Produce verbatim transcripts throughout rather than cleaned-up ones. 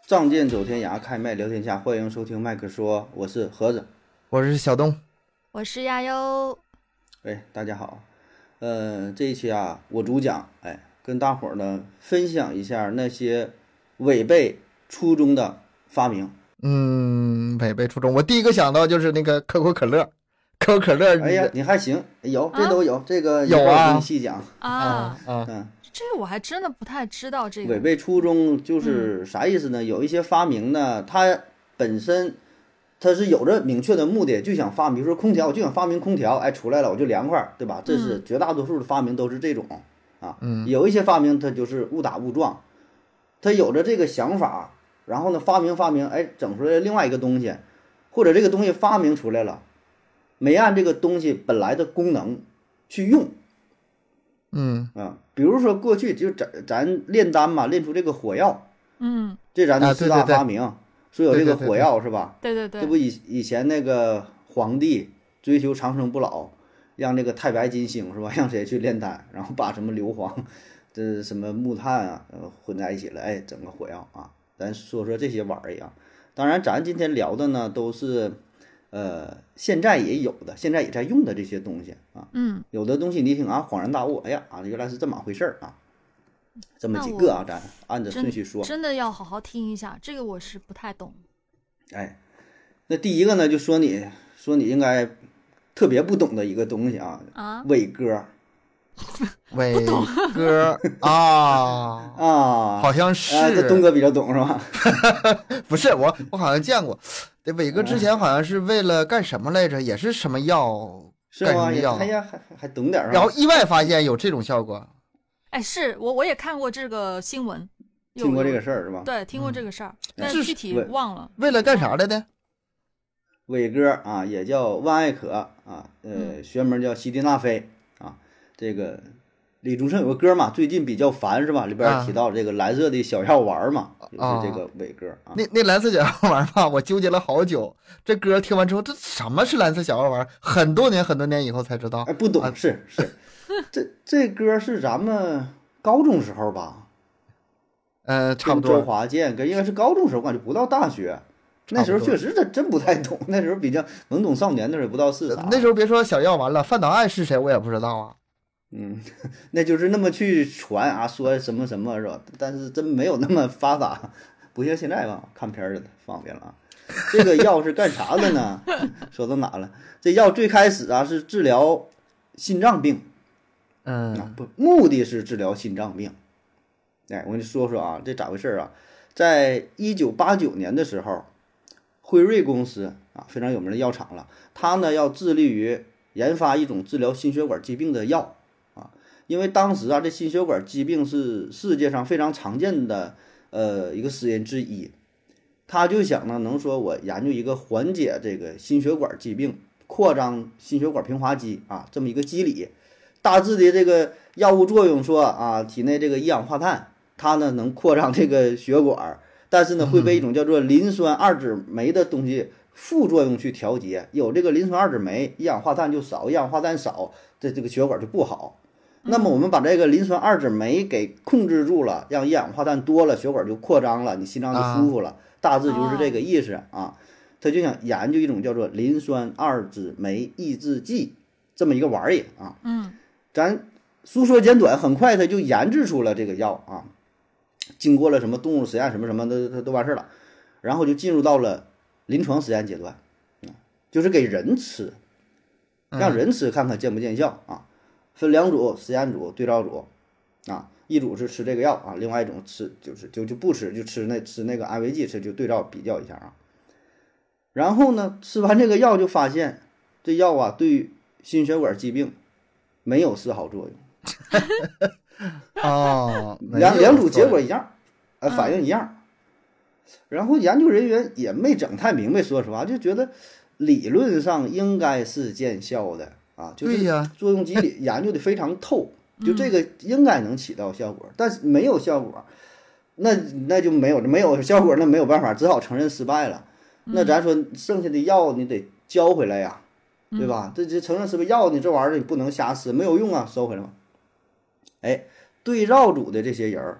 仗剑走天涯，开麦聊天下，欢迎收听麦克说，我是盒子， 我是小东， 我是亚优。 哎，大家好，呃，这一期啊，我主讲，哎，跟大伙儿呢分享一下那些违背初衷的发明。 嗯，违背初衷，我第一个想到就是那个可口可乐，可口可乐。 哎呀，你还行，有这都有，啊、这个有啊， 给你细讲啊啊， 嗯。 这个我还真的不太知道。这个违背初衷就是啥意思呢？嗯、有一些发明呢，它本身它是有着明确的目的，就想发明，比如说空调，我就想发明空调，哎，出来了我就凉快，对吧？这是绝大多数的发明都是这种啊。 嗯， 有一些发明它就是误打误撞，它有着这个想法，然后呢发明发明，哎，整出来另外一个东西，或者这个东西发明出来了，没按这个东西本来的功能去用。 嗯啊，比如说过去就咱咱炼丹嘛，炼出这个火药， 嗯， 这咱的四大发明， 啊、 说有这个火药是吧？ 对对对， 这不以以前那个皇帝追求长生不老，让那个太白金星是吧？让谁去炼丹，然后把什么硫磺、这什么木炭啊，呃混在一起了，哎，整个火药啊。咱说说这些玩意儿啊。当然，咱今天聊的呢都是。呃，现在也有的，现在也在用的这些东西啊， 嗯， 有的东西你一听啊，恍然大悟，哎呀啊，原来是这么回事儿啊，这么几个啊，咱按着顺序说， 真的要好好听一下，这个我是不太懂。 哎，那第一个呢，就说你说你应该特别不懂的一个东西啊， 啊， 伟哥， 伟哥啊啊， 好像是， 啊、这东哥比较懂是吧？ 不是我，我好像见过。这伟哥之前好像是为了干什么来着？也是什么药？ 是吗？哎呀，还还懂点儿。 然后意外发现有这种效果。 哎，是我我也看过这个新闻， 听过这个事儿是吧？ 对，听过这个事儿， 嗯、 但是具体忘了。 为了干啥来的？ 伟哥啊，也叫万艾可啊，呃，学名叫西地那非啊。这个李宗盛有个歌嘛，最近比较烦是吧？里边提到这个蓝色的小药丸嘛，啊、就是这个伟哥啊。 那那蓝色小药丸吧，我纠结了好久。这歌听完之后，这什么是蓝色小药丸？很多年很多年以后才知道。 哎，不懂、啊、是是，这这歌是咱们高中时候吧？ 呃，差不多。 周华健跟应该是高中时候，感觉不到大学。那时候确实他真不太懂，那时候比较懵懂少年，那时候也不知道是啥。 那时候别说小药丸了，范岛爱是谁我也不知道啊。 嗯，那就是那么去传啊，说什么什么是吧？但是真没有那么发达，不像现在吧，看片儿方便了啊。这个药是干啥的呢？说到哪了？这药最开始啊是治疗心脏病， 嗯， 啊、不，目的是治疗心脏病。哎，我跟你说说啊，这咋回事啊？在一九八九年的时候，辉瑞公司啊，非常有名的药厂了，它呢要致力于研发一种治疗心血管疾病的药啊，因为当时啊，这心血管疾病是世界上非常常见的呃一个死因之一，他就想呢，能说我研究一个缓解这个心血管疾病、扩张心血管平滑肌啊这么一个机理，大致的这个药物作用说啊，体内这个一氧化碳它呢能扩张这个血管。但是呢，会被一种叫做磷酸二酯酶的东西副作用去调节，有这个磷酸二酯酶，一氧化碳就少，一氧化碳少，这这个血管就不好。那么我们把这个磷酸二酯酶给控制住了，让一氧化碳多了，血管就扩张了，你心脏就舒服了，大致就是这个意思啊。他就想研究一种叫做磷酸二酯酶抑制剂这么一个玩意啊。 嗯， 咱书说简短，很快他就研制出了这个药啊。经过了什么动物实验什么什么的，它都完事了，然后就进入到了临床实验阶段，就是给人吃，让人吃看看见不见效啊。分两组，实验组、对照组啊，一组是吃这个药啊，另外一种吃就是就就不吃，就吃那吃那个安慰剂，吃就对照比较一下啊。然后呢，吃完这个药就发现这药啊对心血管疾病没有丝毫作用。 哦， 两两组结果一样，呃，反应一样。嗯、然后研究人员也没整太明白，说实话，就觉得理论上应该是见效的啊，就是作用机理研究的非常透，就这个应该能起到效果，嗯、但是没有效果，那那就没有没有效果，那没有办法，只好承认失败了。 嗯、 那咱说剩下的药你得交回来呀，对吧？这这承认失败药你这玩意儿你不能瞎吃，没有用啊，收回来嘛。哎，对照组的这些人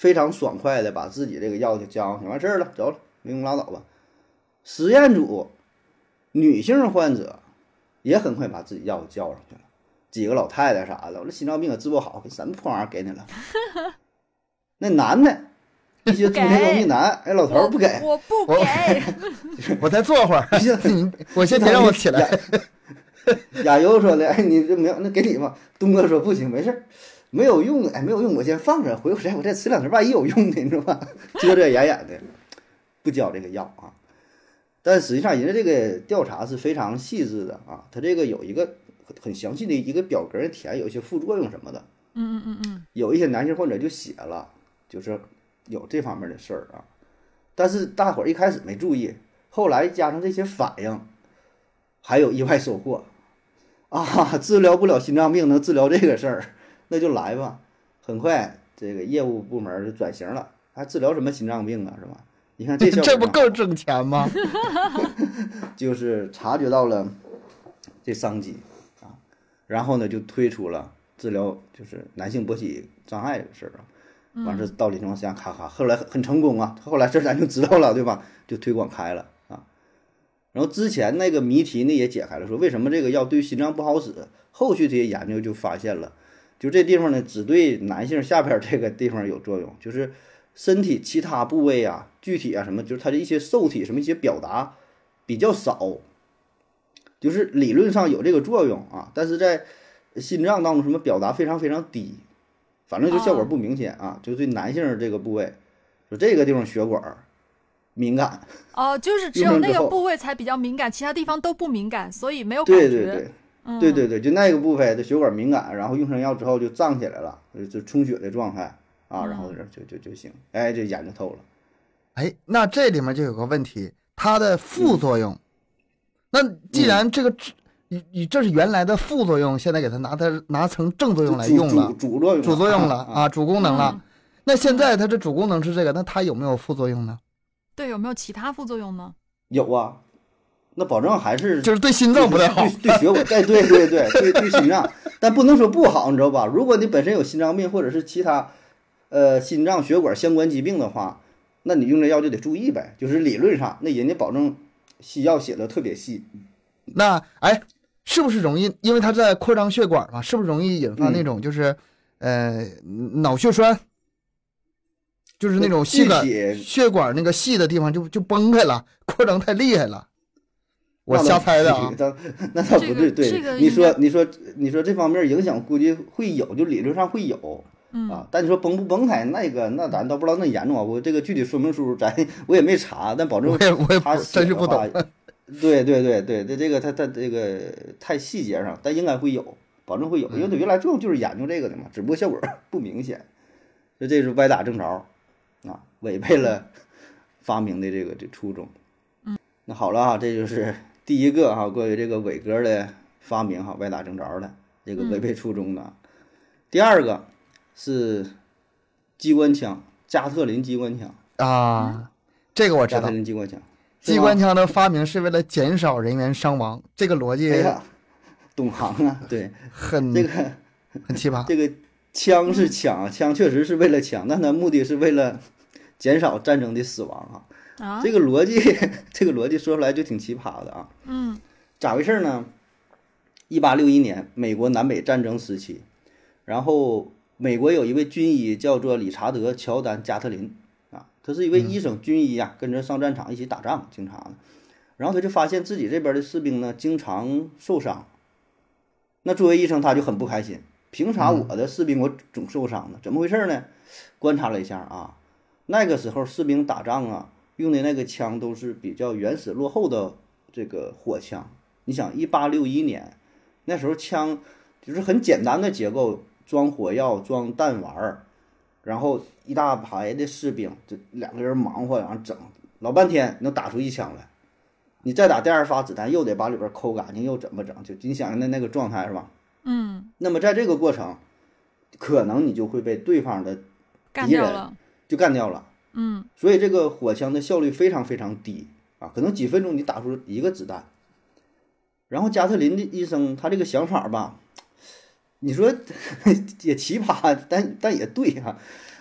非常爽快的把自己这个药就交上去，完事儿了，走了，没用拉倒吧。实验组女性患者也很快把自己药交上去了，几个老太太啥的，我这心脏病也治不好，什么破玩意儿给你了。那男的，一些中年油腻男，哎，老头儿不给， 我不给， 我再坐会儿，我先别让我起来。 亚优说的，哎，你这没有，那给你吧。东哥说不行，没事儿，没有用，哎，没有用，我先放着，回来我再吃两天，万一有用的，你知道吧？遮遮掩掩的，不交这个药啊。但实际上，人家这个调查是非常细致的啊，他这个有一个很详细的一个表格填，有一些副作用什么的。 嗯嗯嗯嗯， 有一些男性患者就写了，就是有这方面的事儿啊。但是大伙儿一开始没注意，后来加上这些反应，还有意外收获啊！治疗不了心脏病，能治疗这个事儿，那就来吧。很快，这个业务部门就转型了，还治疗什么心脏病啊，是吧？你看这这不更挣钱吗？ 就是察觉到了这商机啊，然后呢就推出了治疗就是男性勃起障碍这个事儿啊，完事到临床实验咔咔，后来很成功啊，后来这咱就知道了，对吧？就推广开了啊。然后之前那个谜题呢也解开了，说为什么这个药对心脏不好使？后续这些研究就发现了，就这地方呢只对男性下边这个地方有作用，就是身体其他部位啊、具体啊什么，就是它的一些受体什么一些表达比较少，就是理论上有这个作用啊，但是在心脏当中什么表达非常非常低，反正就效果不明显啊，就对男性这个部位，就这个地方血管敏感。 哦，就是只有那个部位才比较敏感，其他地方都不敏感，所以没有感觉。 对对对， 嗯、 对对对，就那个部位的血管敏感，然后用上药之后就胀起来了，就充血的状态啊，然后就就就行，哎，就研究透了。 哎，那这里面就有个问题，它的副作用。嗯、那既然这个你你、嗯、这是原来的副作用，现在给它拿它拿成正作用来用了， 主主作用主作用了啊， 啊，主功能了。 嗯、 那现在它这主功能是这个，那它有没有副作用呢？ 对，有没有其他副作用呢？ 有啊，那保证还是就是对心脏不太好， 对对血管，哎，对对对对对心脏，但不能说不好，你知道吧？如果你本身有心脏病或者是其他呃心脏血管相关疾病的话，那你用这药就得注意呗。就是理论上，那人家保证西药写的特别细。 那哎，是不是容易？因为它在扩张血管嘛，是不是容易引发那种就是、嗯、呃脑血栓？就是那种细管血管那个细的地方就就崩开了，扩张太厉害了。我瞎猜的啊， 那倒不对，对， 这个、 你说你说你说这方面影响估计会有，就理论上会有， 嗯啊，但你说崩不崩开那个，那咱倒不知道那严重啊。我这个具体说明书咱我也没查，但保证我也我也真是不懂。 对对对对对，这个它它这个太细节上，但应该会有，保证会有，因为它原来作用就是研究这个的嘛，只不过效果不明显，所以这是歪打正着。啊，违背了发明的这个这初衷。 嗯， 那好了哈，这就是第一个哈关于这个伟哥的发明哈，歪打正着的这个违背初衷的。嗯、第二个是机关枪，加特林机关枪啊，这个我知道。 加特林机关枪， 机关枪的发明是为了减少人员伤亡，这个逻辑。 哎呀，懂行啊，对， 很这个很奇葩。 这个枪是枪，枪确实是为了枪，但它目的是为了减少战争的死亡啊。 啊， 这个逻辑，这个逻辑说出来就挺奇葩的啊。 嗯， 咋回事呢？一八六一年，美国南北战争时期，然后美国有一位军医叫做理查德·乔丹·加特林啊，他是一位医生，军医啊，跟着上战场一起打仗，经常的。然后他就发现自己这边的士兵呢，经常受伤。那作为医生，他就很不开心。凭啥我的士兵我总受伤呢？怎么回事呢？观察了一下啊，那个时候士兵打仗啊，用的那个枪都是比较原始落后的这个火枪。你想，一八六一年那时候枪就是很简单的结构，装火药、装弹丸儿，然后一大排的士兵，就两个人忙活，然后整老半天能打出一枪来。你再打第二发子弹，又得把里边抠干净，又怎么整？就你想的那个状态是吧？ 嗯， 那么在这个过程，可能你就会被对方的敌人就干掉了。 嗯， 所以这个火枪的效率非常非常低啊，可能几分钟你打出一个子弹。然后加特林的医生他这个想法吧，你说也奇葩，但但也对哈、啊。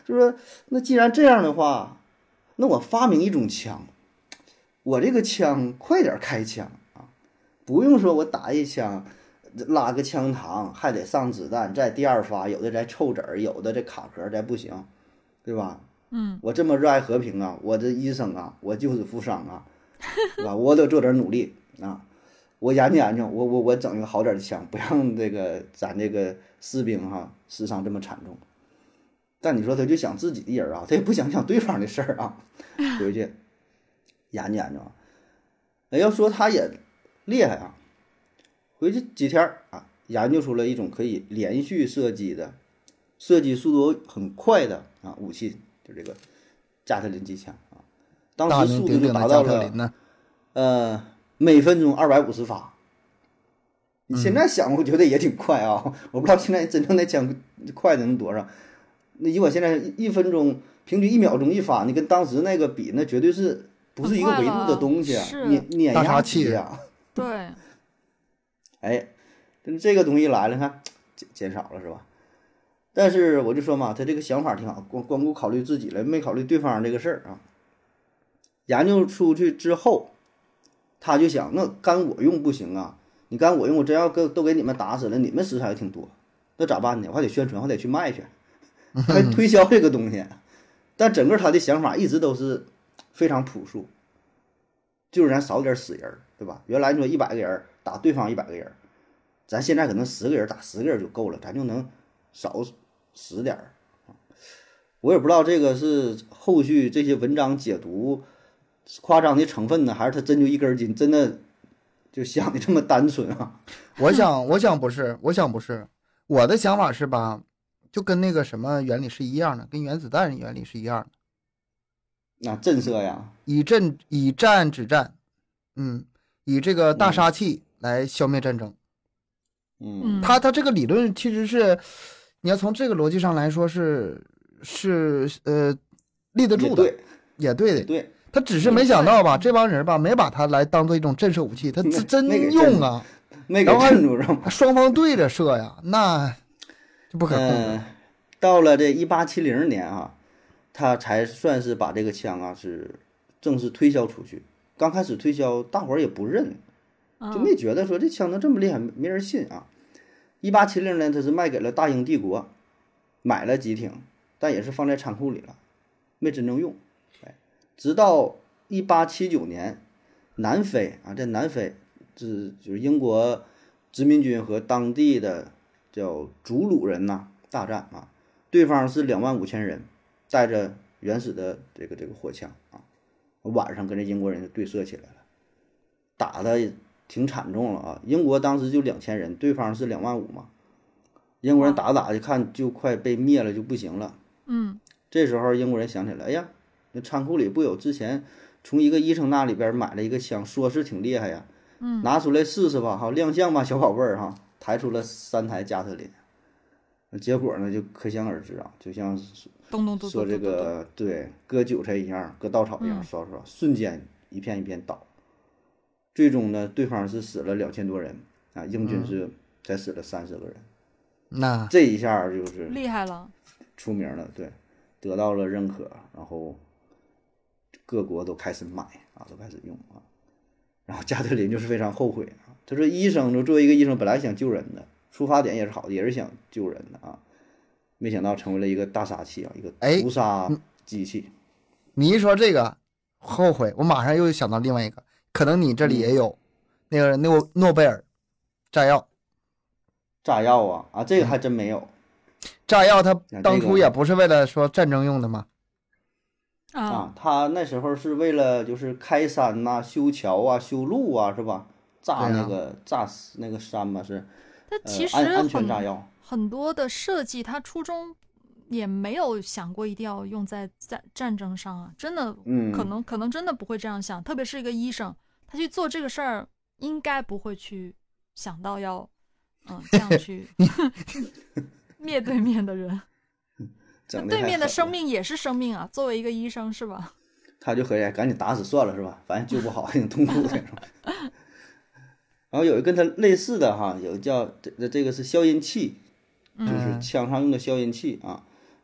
就说那既然这样的话，那我发明一种枪，我这个枪快点开枪啊，不用说我打一枪拉个枪膛还得上子弹再第二发，有的再凑子儿，有的这卡壳再不行，对吧？ 嗯， 我这么热爱和平啊，我这医生啊，我救死扶伤啊，对吧？我得做点努力啊，我研究研究，我我我整一个好点的枪，不让这个咱这个士兵哈死伤这么惨重。但你说他就想自己的人啊，他也不想想对方的事儿啊，回去研究研究啊。哎，要说他也厉害啊，回去几天啊，研究出了一种可以连续射击的、射击速度很快的啊武器，就这个加特林机枪啊。当时速度就达到了呃每分钟二百五十发。你现在想，我觉得也挺快啊，嗯、我不知道现在真正的枪快的能多少。那以我现在一分钟平均一秒钟一发，你跟当时那个比，那绝对是不是一个维度的东西啊？碾碾压机啊！ 对， 哎，这个东西来了，看减减少了是吧？但是我就说嘛，他这个想法挺好，光光顾考虑自己了，没考虑对方这个事儿啊。研究出去之后，他就想，那干我用不行啊！你干我用，我真要给都给你们打死了，你们食材挺多，那咋办呢？我还得宣传，我还得去卖去。还推销这个东西，但整个他的想法一直都是非常朴素，就是咱少点死人，对吧？原来你说一百个人打对方一百个人，咱现在可能十个人打十个人就够了，咱就能少死点儿。我也不知道这个是后续这些文章解读夸张的成分呢，还是他真就一根筋，真的就想的这么单纯啊？ 我想，我想不是，我想不是，我的想法是吧？就跟那个什么原理是一样的，跟原子弹原理是一样的。 那震慑呀，以震以战止战，嗯，以这个大杀器来消灭战争。 嗯， 他他这个理论其实是，你要从这个逻辑上来说是是呃立得住的， 也对， 也对的。 对， 他只是没想到吧，这帮人吧没把它来当做一种震慑武器，他真用啊， 没给震住上， 双方对着射呀，那。就不可控了、 呃。到了这一八七零年啊，他才算是把这个枪啊是正式推销出去。刚开始推销，大伙儿也不认，就没觉得说这枪能这么厉害，没人信啊。一八七零年，他是卖给了大英帝国，买了几挺，但也是放在仓库里了，没真正用。哎，直到一八七九年，南非啊，在南非，这就是英国殖民军和当地的。叫祖鲁人呐、啊，大战啊，对方是两万五千人，带着原始的这个这个火枪啊，晚上跟这英国人就对射起来了，打的挺惨重了啊。英国当时就两千人，对方是两万五嘛，英国人打打就看就快被灭了，就不行了。 嗯， 这时候英国人想起来，哎呀，那仓库里不有之前从一个医生那里边买了一个枪，说是挺厉害呀， 嗯， 拿出来试试吧，哈，亮相吧，小宝贝儿哈。抬出了三台加特林，结果呢就可想而知啊，就像说这个对割韭菜一样，割稻草一样，刷刷瞬间一片一片倒。最终呢，对方是死了两千多人啊，英军是才死了三十个人。 那这一下就是厉害了， 出名了，对，得到了认可，然后各国都开始买啊，都开始用啊。然后加特林就是非常后悔啊，他说医生就作为一个医生，本来想救人的，出发点也是好的，也是想救人的啊，没想到成为了一个大杀器啊，一个屠杀机器。 哎、你一说这个后悔，我马上又想到另外一个，可能你这里也有、嗯、那个诺诺贝尔炸药。 炸药啊啊，这个还真没有。 嗯、炸药它当初也不是为了说战争用的吗？ 啊，他那时候是为了就是开山呐、啊、修桥啊、修路啊，是吧？炸那个、啊、炸死那个山嘛是。 它其实、 呃、安, 安全炸药很多的设计，它初衷也没有想过一定要用在战战争上啊，真的， 嗯， 可能可能真的不会这样想，特别是一个医生，他去做这个事儿，应该不会去想到要，嗯，这样去面对面的人。对面的生命也是生命啊，作为一个医生是吧？ 他就合计赶紧打死算了是吧？反正救不好挺痛苦的。然后有一个跟他类似的哈，有叫这这个是消音器，就是枪上用的消音器啊。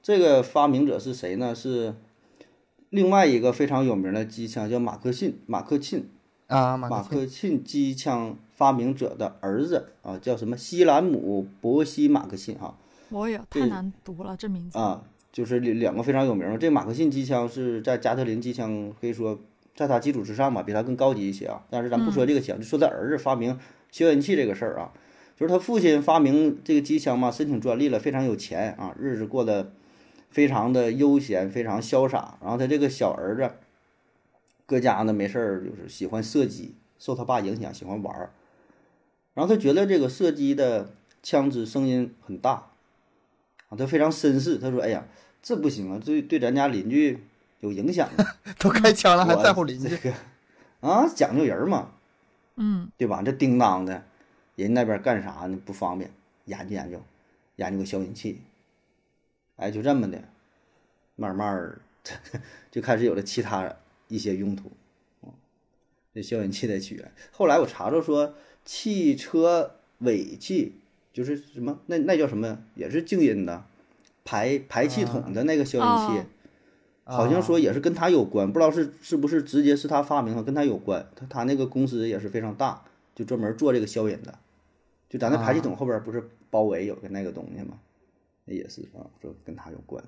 这个发明者是谁呢？是另外一个非常有名的机枪，叫马克沁，马克沁啊， 马克沁机枪发明者的儿子啊，叫什么西兰姆·伯西·马克沁哈。 我也太难读了这名字啊，就是两个非常有名的。这个马克沁机枪是在加特林机枪可以说在它基础之上吧，比它更高级一些啊。但是咱不说这个枪，就说他儿子发明消音器这个事儿啊，就是他父亲发明这个机枪嘛，申请专利了，非常有钱啊，日子过得非常的悠闲，非常潇洒。然后他这个小儿子搁家呢没事儿就是喜欢射击，受他爸影响喜欢玩儿。然后他觉得这个射击的枪支声音很大啊，他非常绅士。他说：“哎呀，这不行啊，这对咱家邻居有影响啊。 都开枪了还在乎邻居？ 这个啊，讲究人嘛， 嗯， 对吧？这叮当的，人那边干啥呢？不方便，研究研究，研究个消音器。哎，就这么的，慢慢儿就开始有了其他一些用途。嗯，这消音器的起源。后来我查着说，汽车尾气。”就是什么那那叫什么，也是静音的，排排气筒的那个消音器， 啊、 好像说也是跟他有关，不知道是是不是直接是他发明的，跟他有关。他他那个公司也是非常大，就专门做这个消音的。就咱那排气筒后边不是包围有个那个东西吗？那也是啊，说跟他有关。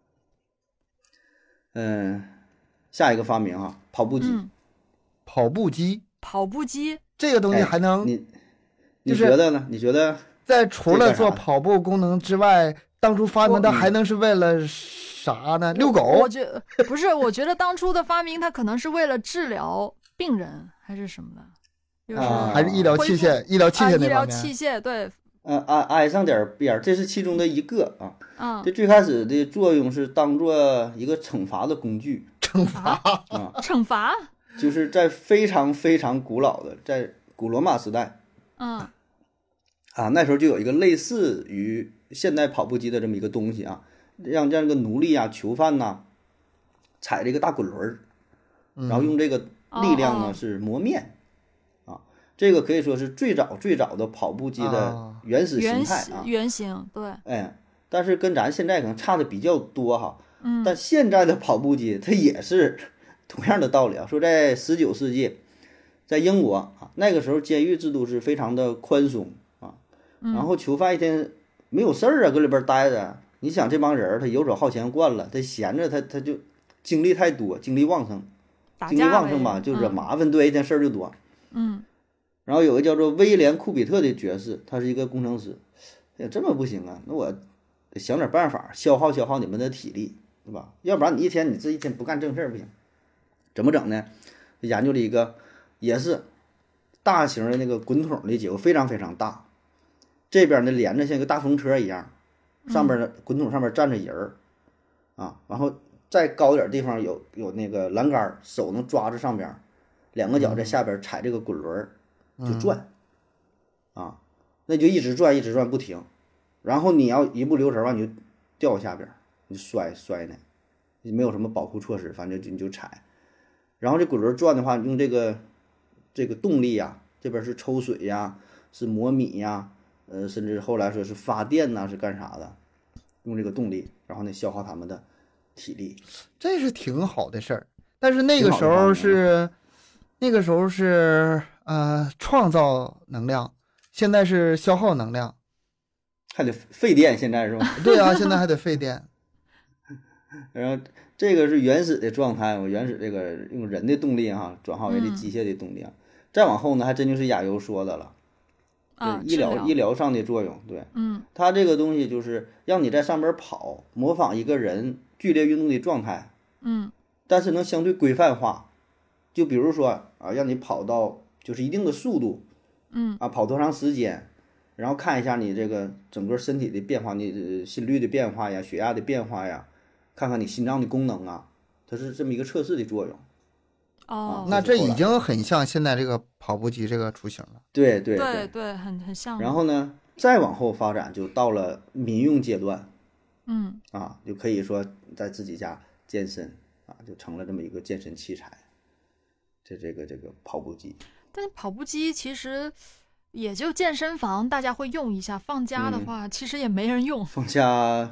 嗯，下一个发明啊，跑步机。 嗯、 跑步机， 跑步机这个东西还能， 哎、你你觉得呢？你觉得？ 在除了做跑步功能之外，当初发明的还能是为了啥呢？遛狗？ 我觉得不是，我觉得当初的发明它可能是为了治疗病人还是什么的，就是、 啊、还是医疗器械、医疗器械那方面。 啊、医疗器械对。 呃，挨挨上点边儿，这是其中的一个啊。 嗯。 这最开始的作用是当做一个惩罚的工具。 惩罚啊？ 惩罚？ 就是在非常非常古老的，在古罗马时代。 嗯。 啊，那时候就有一个类似于现代跑步机的这么一个东西啊，让让这个奴隶啊、囚犯呐、啊，踩这个大滚轮儿，然后用这个力量呢、 哦、 是磨面，啊，这个可以说是最早最早的跑步机的原始形态啊， 哦、原型对， 哎，但是跟咱现在可能差的比较多哈， 嗯， 但现在的跑步机它也是同样的道理啊，说在十九世纪，在英国啊，那个时候监狱制度是非常的宽松。然后囚犯一天没有事儿啊，搁里边待着。你想这帮人他游手好闲惯了，他闲着他他就精力太多，精力旺盛，精力旺盛吧就惹麻烦，对，一天事儿就多。 嗯。 然后有个叫做威廉库比特的爵士，他是一个工程师。哎呀，这么不行啊，那我得想点办法消耗消耗你们的体力，对吧？要不然你一天你这一天不干正事儿不行。怎么整呢？研究了一个也是大型的那个滚筒的结构，非常非常大。这边呢连着像一个大风车一样，上边的滚筒上面站着人儿、嗯，啊，然后再高点地方有有那个栏杆，手能抓着上边，两个脚在下边踩这个滚轮就转，嗯、啊，那就一直转一直转不停，然后你要一不留神吧，你就掉下边，你就摔摔呢，没有什么保护措施，反正就你就踩，然后这滚轮转的话，用这个这个动力呀，这边是抽水呀，是磨米呀。呃，甚至后来说是发电呐、啊，是干啥的？用这个动力，然后呢消耗他们的体力， 这是挺好的事儿。但是那个时候是，那个时候是呃创造能量，现在是消耗能量， 还得费电，现在是吧？ 对啊，现在还得费电。 然后这个是原始的状态，我原始这个用人的动力哈转化为这机械的动力啊。嗯、再往后呢，还真就是亚游说的了。 啊， 医疗医疗上的作用，对， 嗯， 它这个东西就是让你在上边跑，模仿一个人剧烈运动的状态， 嗯， 但是能相对规范化，就比如说啊，让你跑到就是一定的速度， 嗯， 啊，跑多长时间，然后看一下你这个整个身体的变化，你心率的变化呀，血压的变化呀，看看你心脏的功能啊，它是这么一个测试的作用。 哦， 啊、 那这已经很像现在这个跑步机这个雏形了。 对对对对，很很像。 然后呢，再往后发展就到了民用阶段， 嗯， 啊，就可以说在自己家健身啊，就成了这么一个健身器材。这这个这个跑步机， 但是跑步机其实也就健身房大家会用一下，放家的话、嗯、其实也没人用。 放家，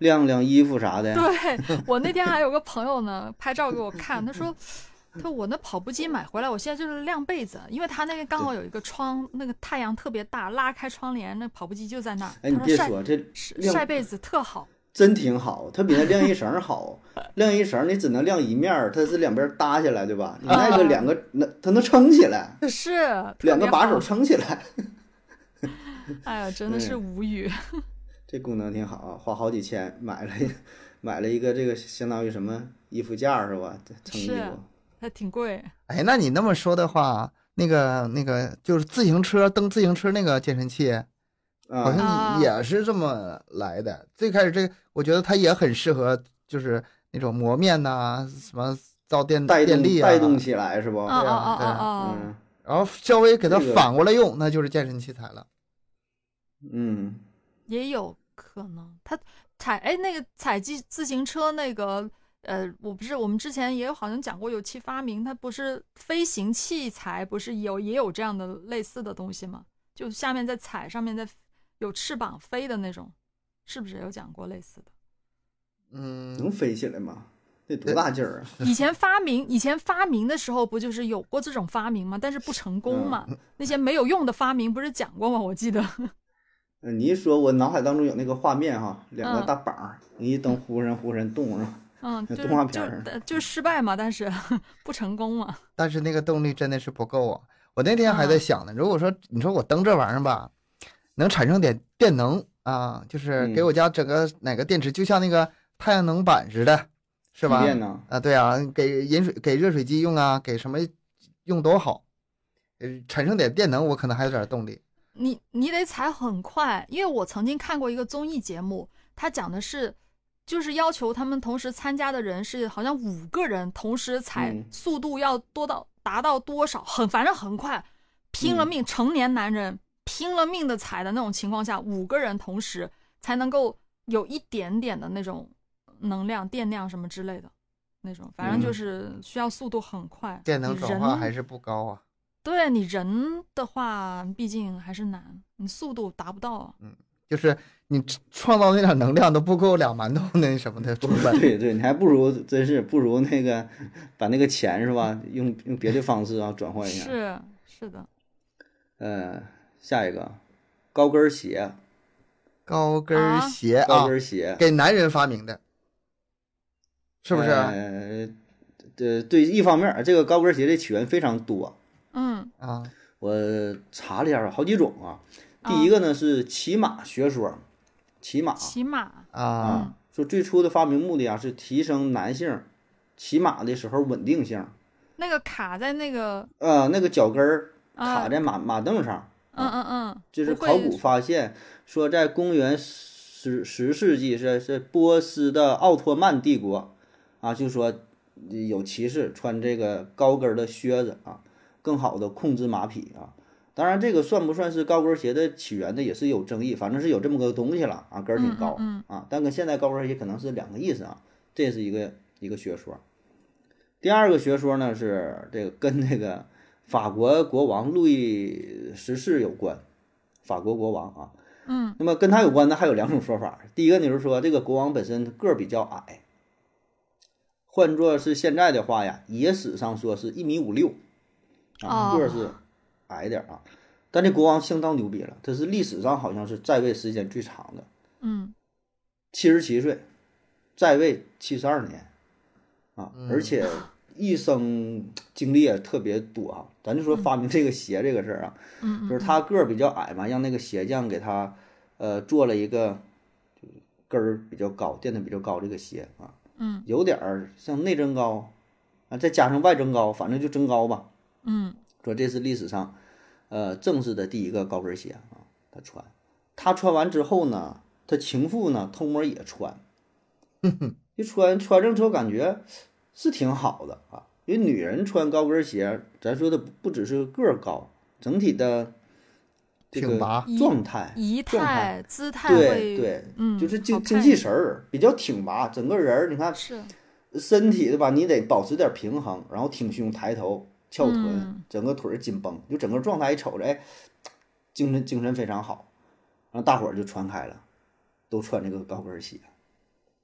晾晾衣服啥的。 对，我那天还有个朋友呢，拍照给我看，他说。他说我那跑步机买回来，我现在就是晾被子，因为他那个刚好有一个窗，那个太阳特别大，拉开窗帘，那跑步机就在那儿。 哎，你别说，这晒被子特好， 真挺好，它比那晾衣绳好。晾衣绳你只能晾一面，它是两边搭下来，对吧？你那个两个，那、啊、它能撑起来， 是两个把手撑起来。 哎呀，真的是无语。 这功能挺好啊，花好几千买了买了一个这个相当于什么衣服架是吧？撑衣服。 还挺贵。 哎，那你那么说的话，那个那个就是自行车蹬自行车那个健身器，好像也是这么来的。啊、最开始这个，我觉得它也很适合，就是那种磨面呐、啊，什么造电电力啊， 带动起来是不？ 啊啊啊啊！嗯，然后稍微给它反过来用，这个、那就是健身器材了。 嗯， 也有可能，它踩哎那个踩自自行车那个。呃，我不是，我们之前也有好像讲过有期发明，它不是飞行器材，不是有也有这样的类似的东西吗？就下面在踩，上面在有翅膀飞的那种，是不是有讲过类似的？ 嗯， 能飞起来吗？这多大劲儿啊！ 以前发明，以前发明的时候不就是有过这种发明吗？但是不成功嘛。嗯、那些没有用的发明不是讲过吗？我记得。 嗯，你一说，我脑海当中有那个画面哈，两个大膀，嗯、你一蹬忽然忽然动上。 嗯，就动画片就就失败嘛，但是不成功嘛。 但是那个动力真的是不够啊！我那天还在想呢，嗯、如果说你说我蹬这玩意儿吧，能产生点电能啊，就是给我家整个哪个电池，嗯、就像那个太阳能板似的，是吧？ 电呢？ 啊，对啊，给饮水、给热水机用啊，给什么用都好，呃，产生点电能，我可能还有点动力。 你你得踩很快，因为我曾经看过一个综艺节目，它讲的是。就是要求他们同时参加的人是好像五个人同时踩，速度要多到达到多少，很反正很快，拼了命，成年男人拼了命的踩的那种情况下，五个人同时才能够有一点点的那种能量、电量什么之类的那种，反正就是需要速度很快。 电能转化还是不高啊。 对你人的话，毕竟还是难，你速度达不到啊。 嗯。就是你创造那点能量都不够俩馒头那什么的成本。 对对，你还不如真是不如那个把那个钱是吧，用用别的方式啊转换一下。 是是的。 呃，下一个高跟鞋。 高跟鞋啊， 高跟鞋给男人发明的，是不是？ 呃，对对，一方面这个高跟鞋的起源非常多。 嗯啊， 我查了一下，好几种啊。第一个呢是骑马学说，骑马， 骑马啊， 说最初的发明目的啊是提升男性骑马的时候稳定性。 那个卡在那个呃那个脚跟儿卡在马、啊、马凳上。 嗯嗯嗯， 就是考古发现说，在公元十十世纪是是波斯的奥托曼帝国啊，就说有骑士穿这个高跟的靴子啊，更好的控制马匹啊。当然，这个算不算是高跟鞋的起源的也是有争议，反正是有这么个东西了啊，跟儿挺高、 嗯嗯嗯、 啊，但跟现在高跟鞋可能是两个意思啊，这是一个一个学说。第二个学说呢是这个跟这个法国国王路易十四有关，法国国王啊， 嗯， 那么跟他有关的还有两种说法，第一个就是说这个国王本身个儿比较矮，换作是现在的话呀，野史上说是一米五六啊，个儿是。矮点啊，但这国王相当牛逼了，他是历史上好像是在位时间最长的， 嗯， 七十七岁，在位七十二年，啊，而且一生经历也特别多啊。咱就说发明这个鞋这个事儿啊， 嗯， 就是他个儿比较矮嘛，让那个鞋匠给他呃做了一个就是跟儿比较高、垫的比较高这个鞋啊， 嗯， 有点儿像内增高啊，再加上外增高，反正就增高吧， 嗯， 说这是历史上。呃，正式的第一个高跟鞋啊，他穿，他穿完之后呢，他情妇呢偷摸也穿，一穿穿上之后感觉是挺好的啊，因为女人穿高跟鞋，咱说的不只是个儿高，整体的这个状态、 仪态、姿态， 对对， 嗯， 就是精精气神儿比较挺拔，整个人儿你看是身体对吧？你得保持点平衡，然后挺胸抬头。翘臀， 嗯、 整个腿紧绷，就整个状态一瞅着，哎，精神精神非常好，然后大伙儿就传开了，都穿这个高跟鞋，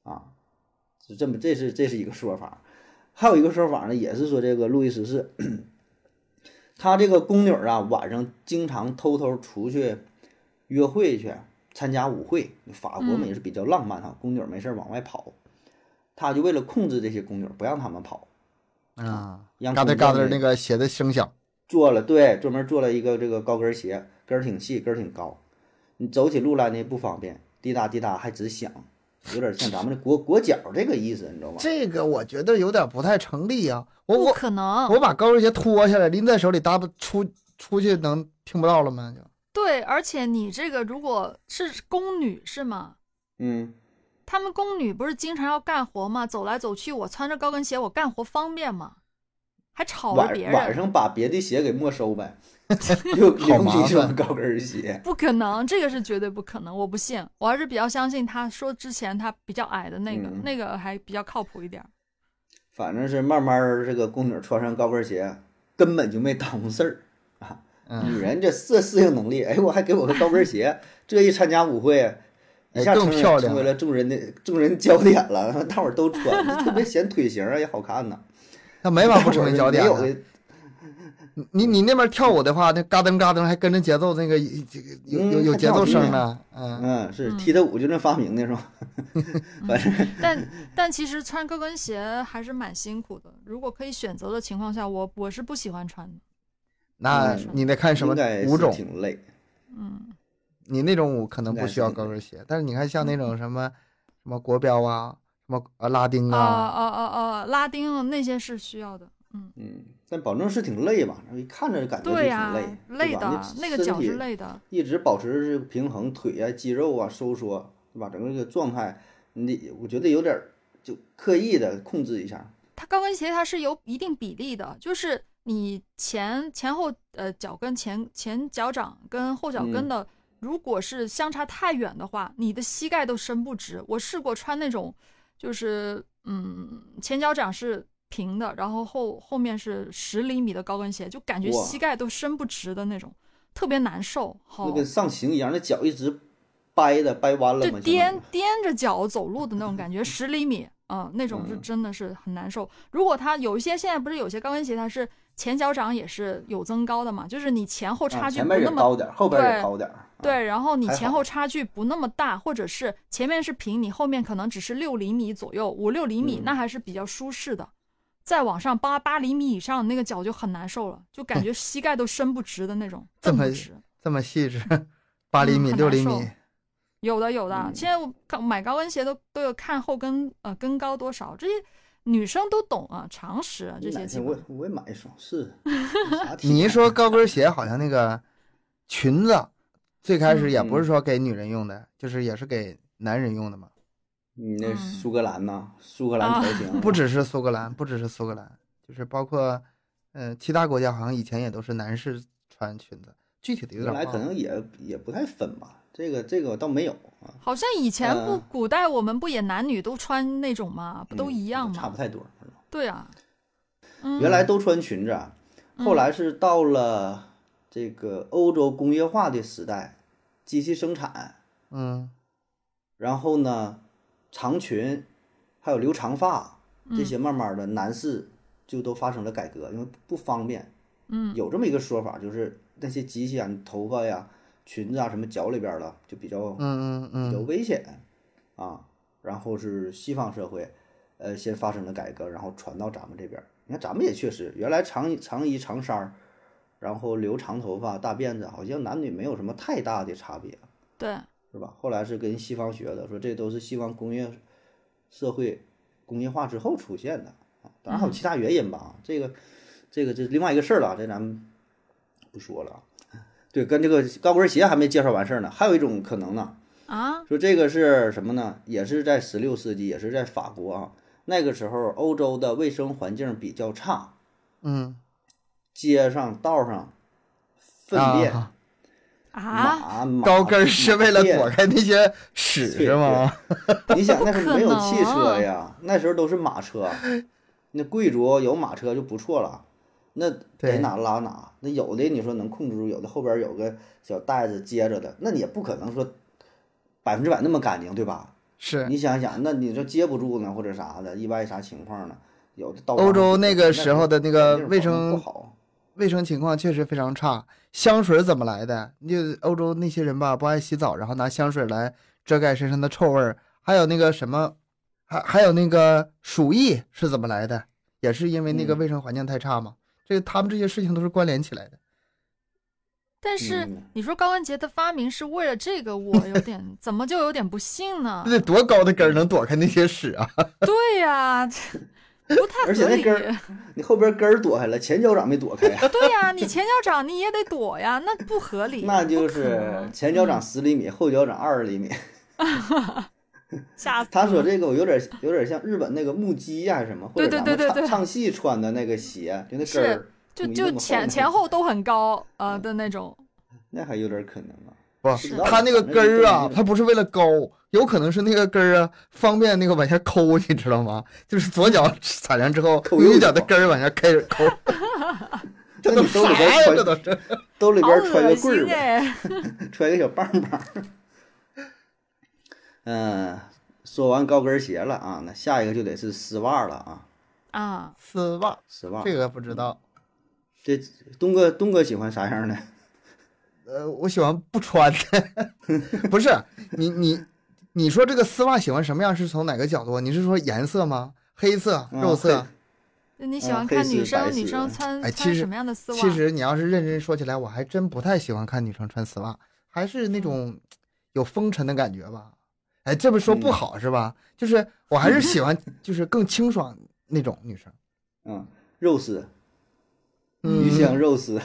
啊，是这么这是这是一个说法。还有一个说法呢，也是说这个路易十四，他这个宫女啊，晚上经常偷偷出去约会去，参加舞会。法国也是比较浪漫哈，宫女没事往外跑，他就为了控制这些宫女，不让他们跑啊， 让嘎噔嘎噔那个鞋的声响， 做了对，专门做了一个这个高跟鞋，跟儿挺细，跟儿挺高，你走起路来呢不方便，滴答滴答还直响。有点像咱们的裹裹脚这个意思，你知道吗？ 这个我觉得有点不太成立啊！我不可能， 我把高跟鞋脱下来拎在手里，搭不出出去能听不到了吗？就对，而且你这个如果是宫女是吗？ 嗯， 他们宫女不是经常要干活吗？走来走去，我穿着高跟鞋，我干活方便吗？还吵着别人。 晚上把别的鞋给没收呗。就留一双高跟鞋， 不可能，这个是绝对不可能，我不信。我还是比较相信他说之前他比较矮的那个， 嗯、 那个还比较靠谱一点。 反正是慢慢这个宫女穿上高跟鞋，根本就没耽误事儿啊。 嗯、 女人这这适应能力，哎，我还给我个高跟鞋，这一参加舞会，一下成为成为了众人的众人焦点了，大伙儿都穿，特别显腿型啊，也好看呐。 那没法不成为焦点的。 你你那边跳舞的话，那嘎噔嘎噔还跟着节奏，那个有有有节奏声呢。 嗯嗯，是踢踏舞就那发明的是吧？反正但但其实穿高跟鞋还是蛮辛苦的。如果可以选择的情况下，我我是不喜欢穿的。 那你得看什么舞种， 挺累。 嗯， 你那种舞可能不需要高跟鞋，但是你看像那种什么什么国标啊，什么拉丁啊， 啊啊啊啊，拉丁那些是需要的。嗯嗯，但保证是挺累吧？一看着感觉就挺累， 对呀、啊，累的，那个脚是累的， 一直保持这个平衡，腿啊、肌肉啊收缩，对吧？整个这个状态，你我觉得有点就刻意的控制一下。 它高跟鞋它是有一定比例的，就是你前前后呃脚跟前前脚掌跟后脚跟的，嗯、如果是相差太远的话，你的膝盖都伸不直。我试过穿那种，就是嗯前脚掌是平的，然后后后面是十厘米的高跟鞋，就感觉膝盖都伸不直的那种，特别难受。好， 那跟上行一样，那脚一直掰的掰弯了嘛，就踮踮着脚走路的那种感觉，十厘米，嗯，那种是真的是很难受。如果它有一些现在不是有些高跟鞋，它是前脚掌也是有增高的嘛，就是你前后差距不那么、 啊、前面也高点，后边也高点。 对，对，然后你前后差距不那么大，或者是前面是平，你后面可能只是六厘米左右，五六厘米， 嗯、 那还是比较舒适的。再往上八八厘米以上，那个脚就很难受了，就感觉膝盖都伸不直的那种。 这么这么细致，八厘米、六、嗯、厘米， 有的有的。 嗯、 现在我买高跟鞋都都有看后跟呃跟高多少，这些女生都懂啊，常识啊这些。 我我也买一双是。 你一说高跟鞋，好像那个裙子最开始也不是说给女人用的，嗯、就是也是给男人用的嘛。 你那苏格兰呐，苏格兰条形， 不只是苏格兰，不只是苏格兰，就是包括，呃，其他国家好像以前也都是男士穿裙子，具体的有点忘了。可能也也不太分吧，这个这个倒没有啊。 好像以前不、呃、古代我们不也男女都穿那种吗？不都一样吗？ 嗯、差不太多。 对啊， 嗯、原来都穿裙子，啊，后来是到了这个欧洲工业化的时代，机器生产， 嗯， 然后呢。长裙，还有留长发，这些慢慢的男士就都发生了改革，因为不方便。 嗯， 有这么一个说法，就是那些机器啊，头发呀、裙子啊什么脚里边的，就比较嗯嗯嗯比较危险啊。然后是西方社会，呃，先发生了改革，然后传到咱们这边。你看咱们也确实，原来长长衣长衫，然后留长头发、大辫子，好像男女没有什么太大的差别。 对。 是吧？后来是跟西方学的，说这都是西方工业社会工业化之后出现的啊。当然还有其他原因吧，嗯、这个这个这是另外一个事儿了，这咱们不说了啊。对，跟这个高跟鞋还没介绍完事儿呢，还有一种可能呢啊， 说这个是什么呢？也是在十六世纪，也是在法国啊。那个时候欧洲的卫生环境比较差， 嗯， 街上道上粪便。 啊啊， 高跟是为了躲开那些屎是吗？ 你想那时候没有汽车呀，那时候都是马车，那贵族有马车就不错了，那得哪拉哪。那有的你说能控制住，有的后边有个小袋子接着的，那你也不可能说百分之百那么干净，对吧？ 是你想想，那你说接不住呢，或者啥的，意外啥情况呢？有的到欧洲那个时候的那个卫不生好， 卫生情况确实非常差。香水怎么来的？就欧洲那些人吧，不爱洗澡，然后拿香水来遮盖身上的臭味儿。还有那个什么，还还有那个鼠疫是怎么来的？也是因为那个卫生环境太差嘛。嗯、这个他们这些事情都是关联起来的。 但是你说高文杰的发明是为了这个，我有点怎么就有点不信呢？ 这得多高的根儿能躲开那些屎啊？ 对呀、啊，不太合理。 而且那根儿，你后边根儿躲开了，前脚掌没躲开呀、啊。 对呀、啊，你前脚掌你也得躲呀，那不合理。 那就是前脚掌十厘米，嗯、后脚掌二十厘米。 吓死！ 他说这个我有点有点像日本那个木屐呀、啊、什么，或者咱们唱唱戏穿的那个鞋，就那根儿。 就就前前后都很高呃的那种， 那还有点可能啊。 不，他那个根儿啊，他不是为了高，有可能是那个根儿啊，方便那个往下抠，你知道吗？就是左脚踩上之后，右脚的根儿往下开始抠。 这都兜里边揣，这都是兜里边揣个棍儿呗， 揣个小棒棒。嗯，说完高跟鞋了啊，那下一个就得是丝袜了啊。 啊， 丝袜， 丝袜， 这个不知道。 这东哥，东哥喜欢啥样的？ 呃，我喜欢不穿的。不是你你你说这个丝袜喜欢什么样？是从哪个角度？你是说颜色吗？黑色、肉色？ 嗯、你喜欢看女生、 嗯、 女生穿、 哎、 穿什么样的丝袜？ 其实你要是认真说起来，我还真不太喜欢看女生穿丝袜，还是那种有风尘的感觉吧。哎，这么说不好、嗯、是吧？就是我还是喜欢，就是更清爽那种女生。 嗯，肉丝。鱼香肉丝，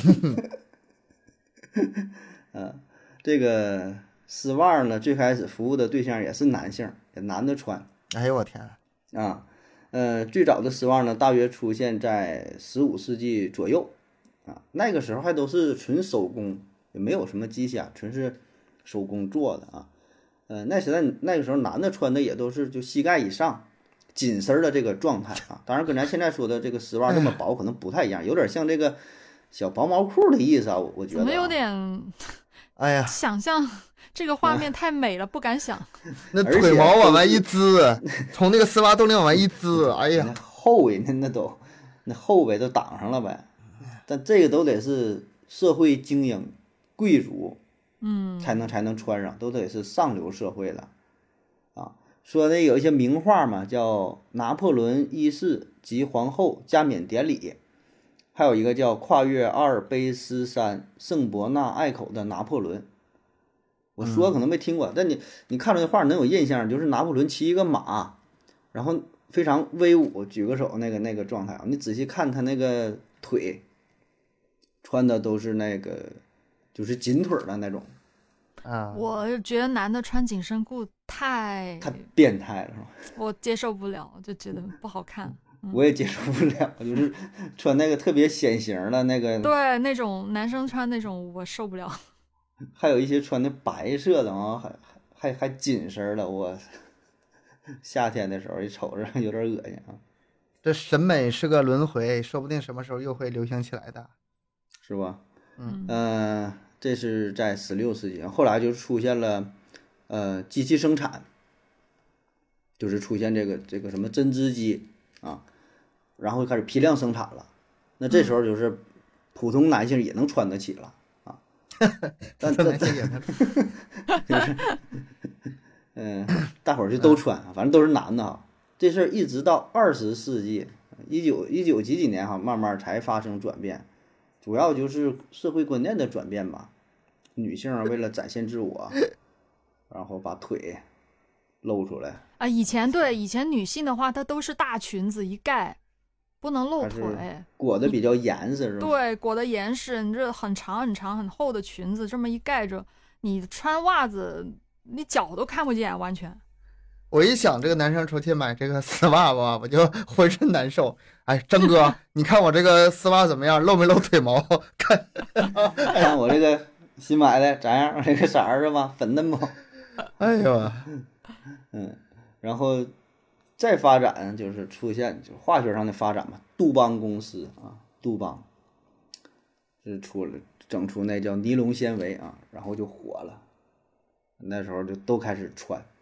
嗯，这个丝袜呢，最开始服务的对象也是男性，也男的穿。 哎呦我天啊，呃，最早的丝袜呢，大约出现在十五世纪左右，啊，那个时候还都是纯手工，也没有什么机械，纯是手工做的啊。呃，那时代那个时候男的穿的也都是就膝盖以上。紧身的这个状态啊，当然跟咱现在说的这个丝袜这么薄可能不太一样，有点像这个小薄毛裤的意思啊，我觉得、啊。 怎么有点？ 哎呀， 想象这个画面太美了，不敢想。 那腿毛往外一滋，从那个丝袜洞里往外一滋，哎呀， 厚呗，那那都那厚呗都挡上了呗。但这个都得是社会精英、贵族， 嗯， 才能才能穿上，都得是上流社会的。说那有一些名画嘛，叫拿破仑一世及皇后加冕典礼，还有一个叫跨越阿尔卑斯山圣伯纳隘口的拿破仑。我说可能没听过，嗯、但你你看这画能有印象，就是拿破仑骑一个马，然后非常威武，举个手那个那个状态啊。你仔细看他那个腿，穿的都是那个就是紧腿的那种。 啊， 我觉得男的穿紧身裤太太变态了，是吧？ 我接受不了，就觉得不好看。嗯、 我也接受不了，就是穿那个特别显形的那个。 对，那种男生穿那种我受不了。 还有一些穿的白色的啊，还还还紧身的，我夏天的时候一瞅着有点恶心啊。 这审美是个轮回，说不定什么时候又会流行起来的， 是吧？ 嗯嗯。呃这是在十六世纪，后来就出现了，呃，机器生产，就是出现这个这个什么针织机啊，然后开始批量生产了。那这时候就是普通男性也能穿得起了啊，但这就是，嗯，大伙儿就都穿，反正都是男的哈。这事儿一直到二十世纪，一九一九几几年哈，慢慢才发生转变。主要就是社会观念的转变吧，女性为了展现自我，然后把腿露出来啊。以前对以前女性的话，她都是大裙子一盖，不能露腿， 裹得比较严实是吧？ 对，裹得严实，你这很长很长很厚的裙子这么一盖着，你穿袜子，你脚都看不见，完全。 我一想这个男生出去买这个丝袜吧，我就浑身难受。哎，张哥，你看我这个丝袜怎么样？露没露腿毛？看， 看我这个新买的咋样？这个色儿是吧？粉嫩不？ 哎呦， 嗯，然后再发展就是出现就化学上的发展嘛，杜邦公司啊，杜邦是出了整出那叫尼龙纤维啊，然后就火了。那时候就都开始穿啊，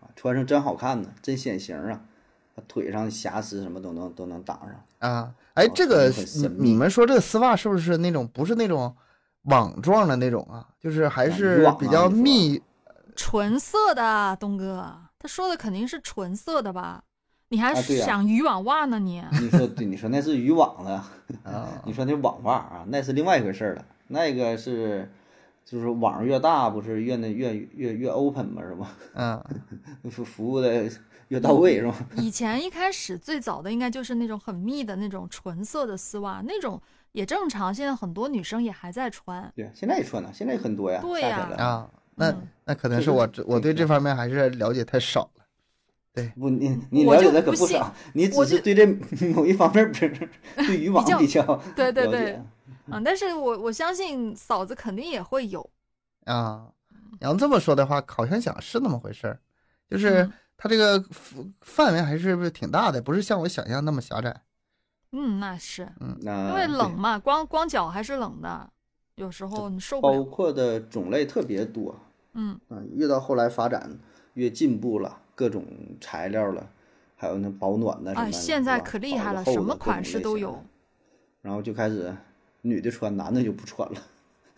穿上真好看呢，真显形啊，腿上瑕疵什么都能都能挡上啊。哎，这个你你们说这个丝袜是不是那种不是那种网状的那种啊？就是还是比较密、 纯色的，东哥，他说的肯定是纯色的吧？你还想渔网袜呢你？ 你、啊、你说对，你说那是渔网的啊，你说那网袜啊，那是另外一回事了。那个是就是网越大，不是越那越越越 open 嘛，是吧？ 嗯， 服服务的越到位是吧？ 以前一开始最早的应该就是那种很密的那种纯色的丝袜，那种也正常。现在很多女生也还在穿。 对，现在也穿呢，现在很多呀。 对呀。 啊，那、嗯、那可能是我我对这方面还是了解太少了。对， 不，你你了解的可不少，你只是对这某一方面不是对渔网比较了解。 对对对，嗯，但是我我相信嫂子肯定也会有啊。然后这么说的话，好像想是那么回事儿，就是它这个范围还是不是挺大的，不是像我想象那么狭窄。 嗯，那是， 嗯， 因为冷嘛，光光脚还是冷的，有时候你受不了。 包括的种类特别多。 嗯啊，越到后来发展越进步了。各种材料了，还有那保暖的什么的， 哎，现在可厉害了，什么款式都有。 然后就开始女的穿，男的就不穿了。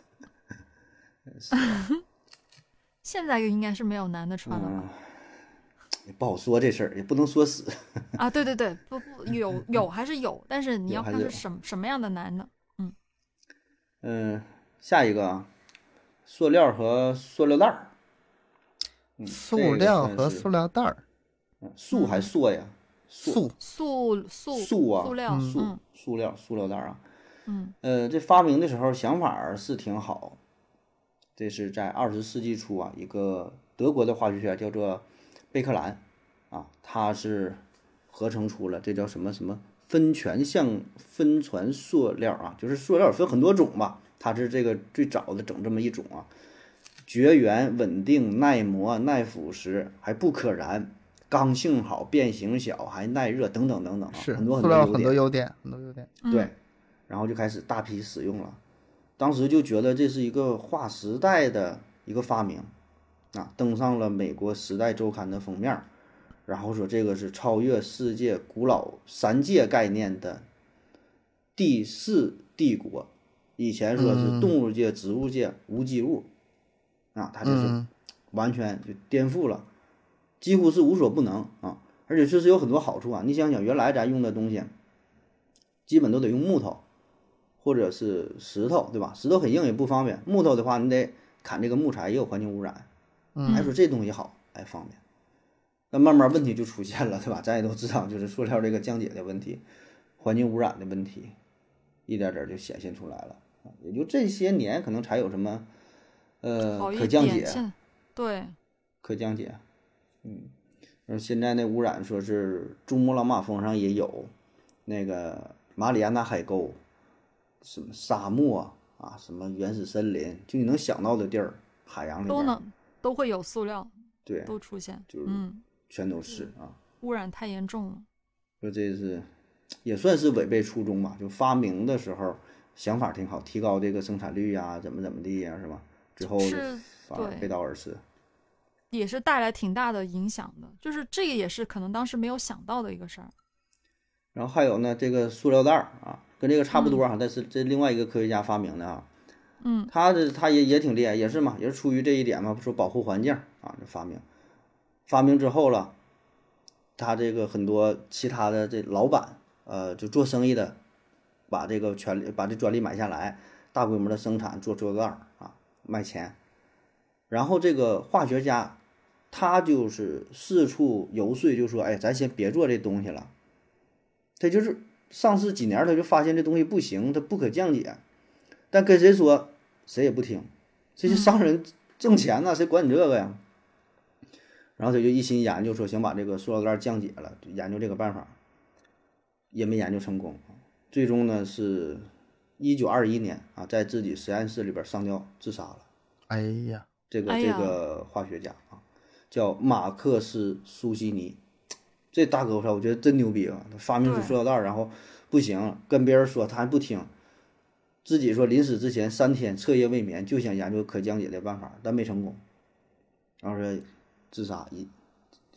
现在应该是没有男的穿了吧？ 嗯、也不好说这事儿，也不能说死。 啊，对对对，不不有有还是有，但是你要看是什么什么样的男的。嗯嗯、呃，下一个啊，塑料和塑料袋儿。 塑料和塑料袋儿， 塑还塑呀？ 塑塑塑塑啊， 塑料塑、 嗯、 塑料塑料袋啊。 嗯， 呃，这发明的时候想法是挺好。这是在二十世纪初啊，一个德国的化学家叫做贝克兰啊，他是合成出了这叫什么什么分全相分传塑料啊，就是塑料分很多种吧，他是这个最早的整这么一种啊。绝缘、稳定、耐磨、耐腐蚀，还不可燃，刚性好，变形小，还耐热，等等等等啊， 是很多很多优点， 很多优点，很多优点。 对，然后就开始大批使用了。当时就觉得这是一个划时代的一个发明啊，登上了美国《时代周刊》的封面，然后说这个是超越世界古老三界概念的第四帝国。以前说是动物界、植物界无机物。啊，它就是完全就颠覆了，几乎是无所不能啊！而且确实有很多好处啊！你想想，原来咱用的东西，基本都得用木头或者是石头，对吧？石头很硬也不方便，木头的话你得砍这个木材，也有环境污染。还说这东西好，哎，方便。那慢慢问题就出现了，对吧？咱也都知道，就是塑料这个降解的问题，环境污染的问题，一点点就显现出来了。也就这些年，可能才有什么。呃，可降解， 对， 可降解，嗯，然后现在那污染说是珠穆朗玛峰上也有，那个马里亚纳海沟，什么沙漠啊，什么原始森林，就你能想到的地儿，海洋里都能都会有塑料， 对， 都出现， 就是嗯， 全都是啊， 污染太严重了。 说这是也算是违背初衷吧，就发明的时候想法挺好，提高这个生产率呀，怎么怎么地呀，是吧？之后反而背道而驰， 也是带来挺大的影响的。就是这个也是可能当时没有想到的一个事儿。 然后还有呢，这个塑料袋儿啊，跟这个差不多哈、啊，但是这另外一个科学家发明的啊， 嗯， 他这他也也挺厉害，也是嘛，也是出于这一点嘛，说保护环境啊，这发明，发明之后了，他这个很多其他的这老板，呃，就做生意的，把这个权利把这专利买下来，大规模的生产做塑料袋儿啊。卖钱，然后这个化学家，他就是四处游说，就说：“哎，咱先别做这东西了。”他就是上市几年，他就发现这东西不行，它不可降解。但跟谁说，谁也不听。这些商人挣钱呢，谁管你这个呀？然后他就一心研究说，想把这个塑料袋降解了，研究这个办法，也没研究成功。最终呢是。一九二一年啊，在自己实验室里边上吊自杀了。 哎呀， 这个这个化学家啊，叫马克思苏西尼，这大哥我觉得真牛逼啊！他发明出塑料袋，然后不行，跟别人说他还不听，自己说临死之前三天彻夜未眠，就想研究可降解的办法，但没成功。然后说自杀一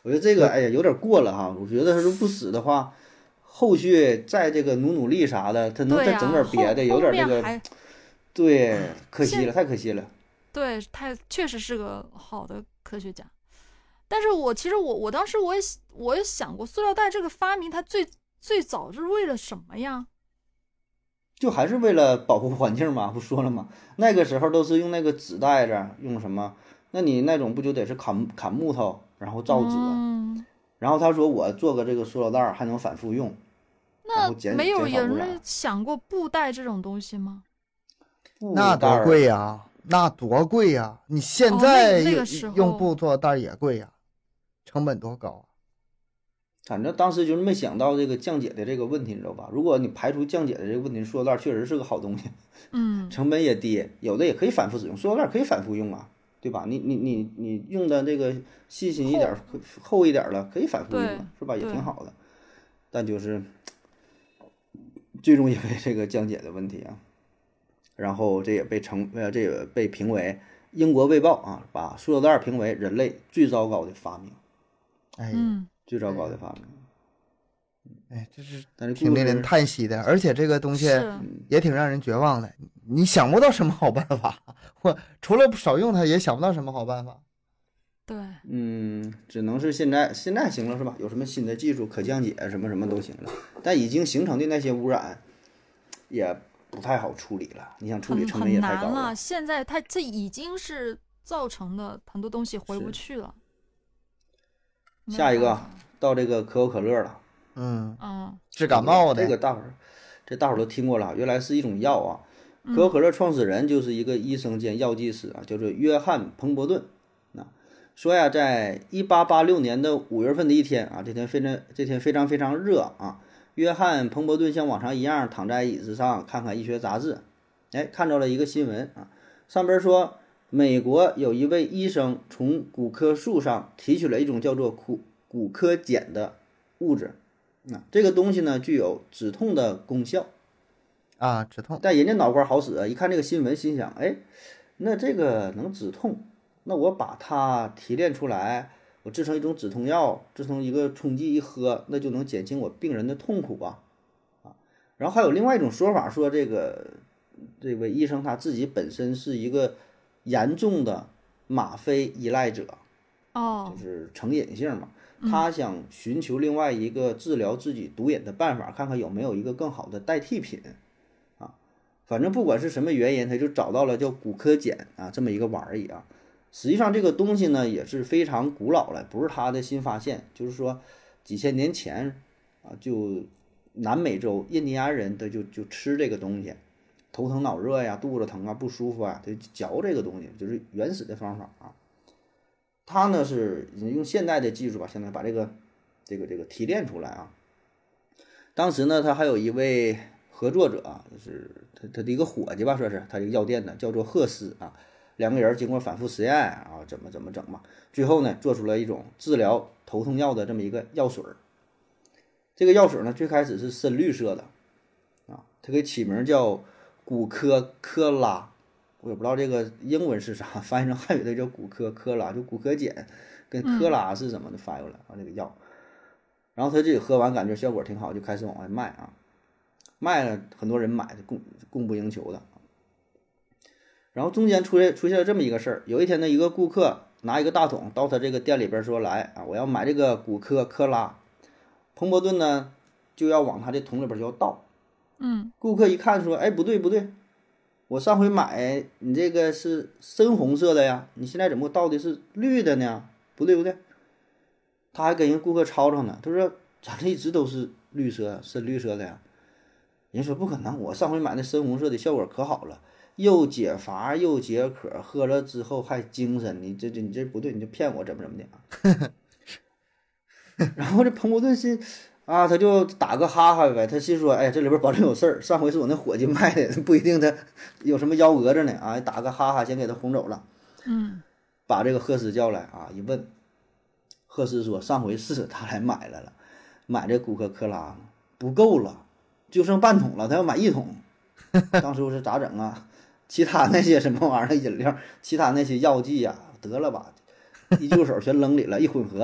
我觉得这个哎呀有点过了哈。我觉得他说不死的话，后续再这个努努力啥的，他能再整点别的，有点这个，对，可惜了，太可惜了。 对，他确实是个好的科学家。但是我其实我我当时我也我也想过，塑料袋这个发明，它最最早是为了什么呀？ 就还是为了保护环境嘛，不说了吗？那个时候都是用那个纸袋子，用什么？那你那种不就得是砍砍木头，然后造纸？ 嗯、 然后他说我做个这个塑料袋还能反复用， 那没有人想过布袋这种东西吗？ 那多贵呀、啊！那多贵呀、啊！你现在、 哦那个、 用布做袋也贵呀、啊，成本多高啊！ 反正当时就是没想到这个降解的这个问题，你知道吧？如果你排除降解的这个问题，塑料袋确实是个好东西， 嗯， 成本也低，有的也可以反复使用，塑料袋可以反复用啊，对吧？你你你你用的这个细心一点、厚一点了，可以反复用了，是吧？也挺好的。但就是最终因为这个降解的问题啊，然后这也被成呃这也被评为英国卫报啊，把塑料袋评为人类最糟糕的发明。 哎， 嗯。 最糟糕的发明， 哎，这是但是挺令人叹息的，而且这个东西也挺让人绝望的。你想不到什么好办法，我除了少用它，也想不到什么好办法。 对， 嗯，只能是现在现在行了是吧？有什么新的技术可降解，什么什么都行了，但已经形成的那些污染也不太好处理了。你想处理成本也太高了，很难了。现在它这已经是造成的很多东西回不去了。 下一个到这个可口可乐了， 嗯嗯， 治感冒的， 这个大伙儿这大伙儿都听过了，原来是一种药啊。可口可乐创始人就是一个医生兼药剂师啊，叫做约翰彭伯顿。啊，说呀，在一八八六年的五月份的一天啊，这天非常这天非常非常热啊。约翰彭伯顿像往常一样躺在椅子上看看医学杂志，哎，看到了一个新闻啊，上边说。美国有一位医生从古柯树上提取了一种叫做古古柯碱的物质，啊，这个东西呢具有止痛的功效啊，止痛。 但人家脑瓜好使啊，一看这个新闻，心想，哎，那这个能止痛，那我把它提炼出来，我制成一种止痛药，制成一个冲剂一喝，那就能减轻我病人的痛苦啊啊！然后还有另外一种说法，说这个这位医生他自己本身是一个。严重的吗啡依赖者， 哦， 就是成瘾性嘛。他想寻求另外一个治疗自己毒瘾的办法，看看有没有一个更好的代替品啊。反正不管是什么原因，他就找到了叫古柯碱啊这么一个玩意啊。实际上这个东西呢也是非常古老了，不是他的新发现，就是说几千年前啊，就南美洲印第安人他就就吃这个东西。头疼脑热呀，肚子疼啊，不舒服啊，就嚼这个东西，就是原始的方法啊。他呢是用现代的技术吧，现在把这个这个这个提炼出来啊。当时呢，他还有一位合作者啊，就是他他的一个伙计吧，说是他这个药店的，叫做赫斯啊。两个人经过反复实验啊，怎么怎么整嘛，最后呢做出了一种治疗头痛药的这么一个药水儿。这个药水呢最开始是深绿色的啊，他给起名叫。古柯科拉，我也不知道这个英文是啥，翻译成汉语的叫古柯科拉，就古柯碱跟科拉是什么的翻译过来啊，这个药。然后他自己喝完，感觉效果挺好，就开始往外卖啊，卖了很多人买，供供不应求的。然后中间出现出现了这么一个事儿，有一天呢，一个顾客拿一个大桶到他这个店里边说：“来啊，我要买这个古柯科拉。”彭伯顿呢就要往他这桶里边就要倒。 嗯， 顾客一看说：“哎，不对不对，我上回买你这个是深红色的呀，你现在怎么倒的是绿的呢？不对不对。”他还跟人顾客吵吵呢，他说：“咱这一直都是绿色，深绿色的呀。”人说：“不可能，我上回买那深红色的效果可好了，又解乏又解渴，喝了之后还精神。你这这你这不对，你就骗我怎么怎么的啊？”然后这彭伯顿心。啊，他就打个哈哈呗，他心说，哎，这里边保证有事儿。上回是我那伙计卖的，不一定他有什么幺蛾子呢啊！打个哈哈，先给他轰走了。 嗯， 把这个赫斯叫来啊，一问，赫斯说上回是他来买来了，买这古柯克拉不够了，就剩半桶了，他要买一桶。当时我是咋整啊？其他那些什么玩意儿的饮料，其他那些药剂呀、啊，得了吧，一就手全扔里了，一混合。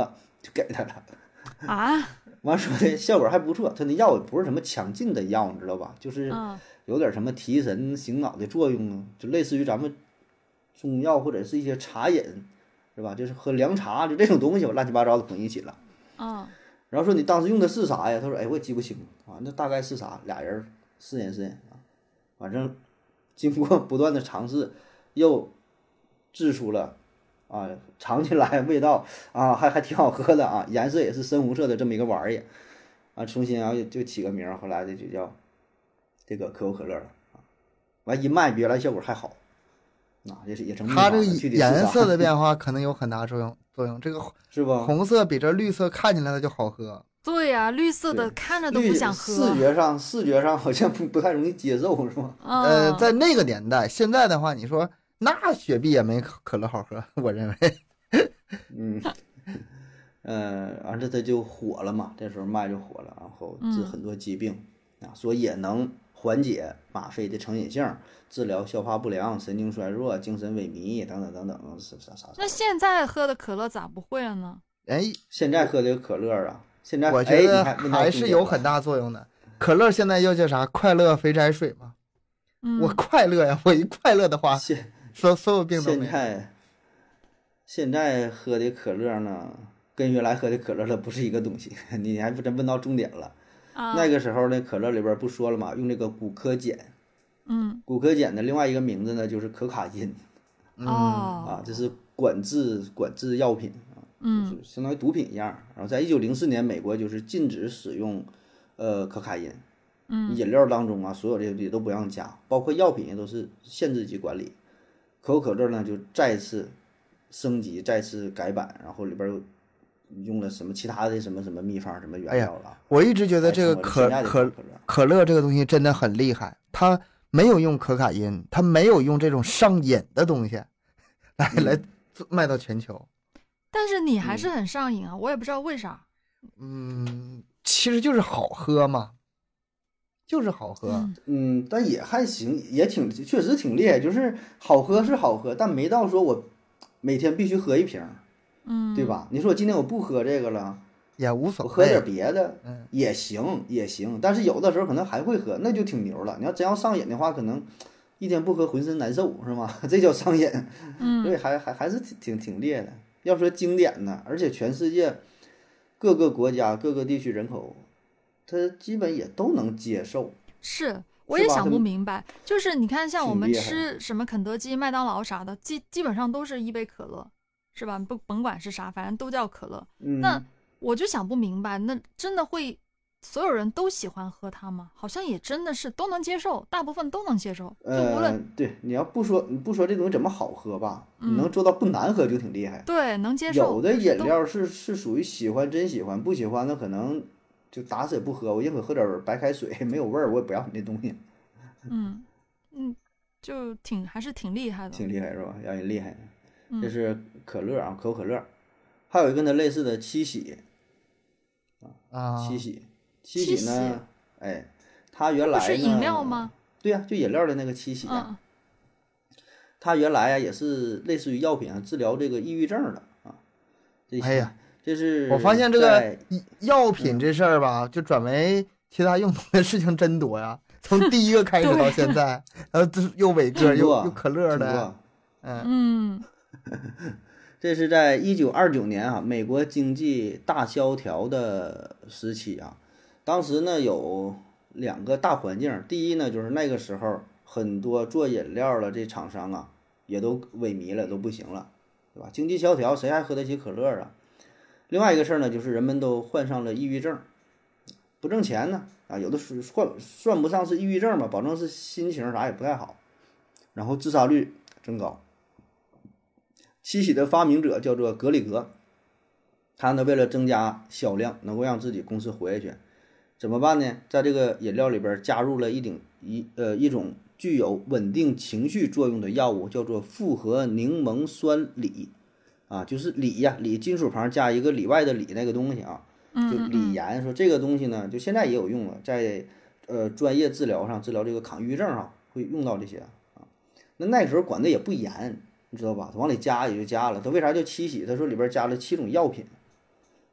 就给他了。 啊， 完说的效果还不错，他那药也不是什么强劲的药，你知道吧？就是嗯有点什么提神醒脑的作用啊，就类似于咱们中药或者是一些茶饮，是吧？就是喝凉茶就这种东西吧，乱七八糟的混一起了。 嗯然后说你当时用的是啥呀？他说哎我也记不清啊，那大概是啥？俩人试验试验啊，反正经过不断的尝试，又制出了啊尝起来味道啊还还挺好喝的啊，颜色也是深红色的这么一个玩意儿啊，重新啊就起个名儿，后来的就叫这个可口可乐了啊。完一卖比原来效果还好啊，也是也成秘它这个方了具体是啥颜色的变化可能有很大作用作用。这个是吧？ 红色比这绿色看起来它就好喝。 对呀、绿色的对看着都绿不想视喝。 觉上视觉上好像不不太容易接受，是吗？ 呃， 嗯， 在那个年代，现在的话，你说那雪碧也没可可乐好喝，我认为。 嗯，呃，完这它就火了嘛，这时候卖就火了，然后治嗯很多疾病啊，说也能缓解吗啡的成瘾性，治疗消化不良、神经衰弱、精神萎靡等等等等，是啥啥啥。 那现在喝的可乐咋不会了呢？ 哎， 现在喝的可乐啊，现在哎我觉得你看问到还重点了是有很大作用的。可乐现在又叫啥？快乐肥宅水嘛。 嗯， 我快乐呀，我一快乐的话， 现所所有病都现没了。 在现在喝的可乐呢，跟原来喝的可乐了不是一个东西，你还不真问到重点了。 啊， 那个时候呢，可乐里边不说了嘛，用这个古柯碱， 嗯古柯碱的另外一个名字呢就是可卡因嗯， 哦啊，这是管制管制药品啊，就嗯是相当于毒品一样。然后在一九零四年，美国就是禁止使用呃可卡因， 嗯饮料当中啊，所有这些东西都不让加，包括药品也都是限制级管理。可口可乐呢就再次升级，再次改版，然后里边又用了什么其他的什么什么秘方、什么原料了。 我一直觉得这个可才成为了现在的可可乐可乐这个东西真的很厉害，它没有用可卡因，它没有用这种上瘾的东西来嗯来卖到全球。 但是你还是很上瘾啊，我也不知道为啥。 嗯，其实就是好喝嘛，就是好喝。 嗯嗯，但也还行，也挺确实挺厉害，就是好喝是好喝，但没到说我每天必须喝一瓶儿， 嗯， 对？吧？你说我今天我不喝这个了， 也无所我喝点谓。 别的嗯， 也行也行，但是有的时候可能还会喝，那就挺牛了。你要真要上瘾的话，可能一天不喝浑身难受，是吗？这叫上瘾，所嗯以还还还是挺挺挺烈的。要说经典呢，而且全世界各个国家各个地区人口，他基本也都能接受。 是，我也想是吧他们不明白，就是你看，像我们挺厉害吃什么肯德基、麦当劳啥的，基基本上都是一杯可乐，是吧？不甭管是啥，反正都叫可乐。 嗯， 那我就想不明白，那真的会所有人都喜欢喝它吗？好像也真的是都能接受，大部分都能接受，就无呃论， 对，你要不说你不说这东西怎么好喝吧，你嗯能做到不难喝就挺厉害。 对能接受。 有的就是都饮料是是属于喜欢真喜欢，不喜欢那可能就打死也不喝。我宁可喝点儿白开水，没有味儿，我也不要你那东西， 嗯嗯，就挺还是挺厉害的。 挺厉害是吧？让人厉害的。这嗯是可乐啊，可口可乐，还有一个呢类似的七喜， 啊， 七喜，七七喜呢，哎，它原不来呢， 是饮料吗？ 对呀、就饮料的那个七喜啊， 嗯它原来啊也是类似于药品啊，治疗这个抑郁症的啊。这哎呀， 这是我发现这个在药品这事儿吧，就转为其他用途的事情真多呀。从第一个开始到现在，然后就是又伟哥又挺多又可乐的， 挺多嗯， 嗯这是在一九二九年啊，美国经济大萧条的时期啊，当时呢有两个大环境，第一呢就是那个时候很多做饮料的这厂商啊也都萎靡了，都不行了，对吧？经济萧条，谁还喝得起可乐啊？另外一个事儿呢，就是人们都患上了抑郁症，不挣钱呢啊，有的是算算不上是抑郁症吧，保证是心情啥也不太好，然后自杀率真高。七喜的发明者叫做格里格，他呢为了增加销量，能够让自己公司活下去，怎么办呢？在这个饮料里边加入了一顶一呃一种具有稳定情绪作用的药物，叫做复合柠檬酸锂，啊，就是锂呀，锂金属旁加一个里外的锂那个东西啊，就嗯嗯锂盐。说这个东西呢，就现在也有用了，在呃专业治疗上，治疗这个抗抑郁症上会用到这些啊。那那时候管的也不严，你知道吧？往里加也就加了。它为啥叫七喜？他说里边加了七种药品，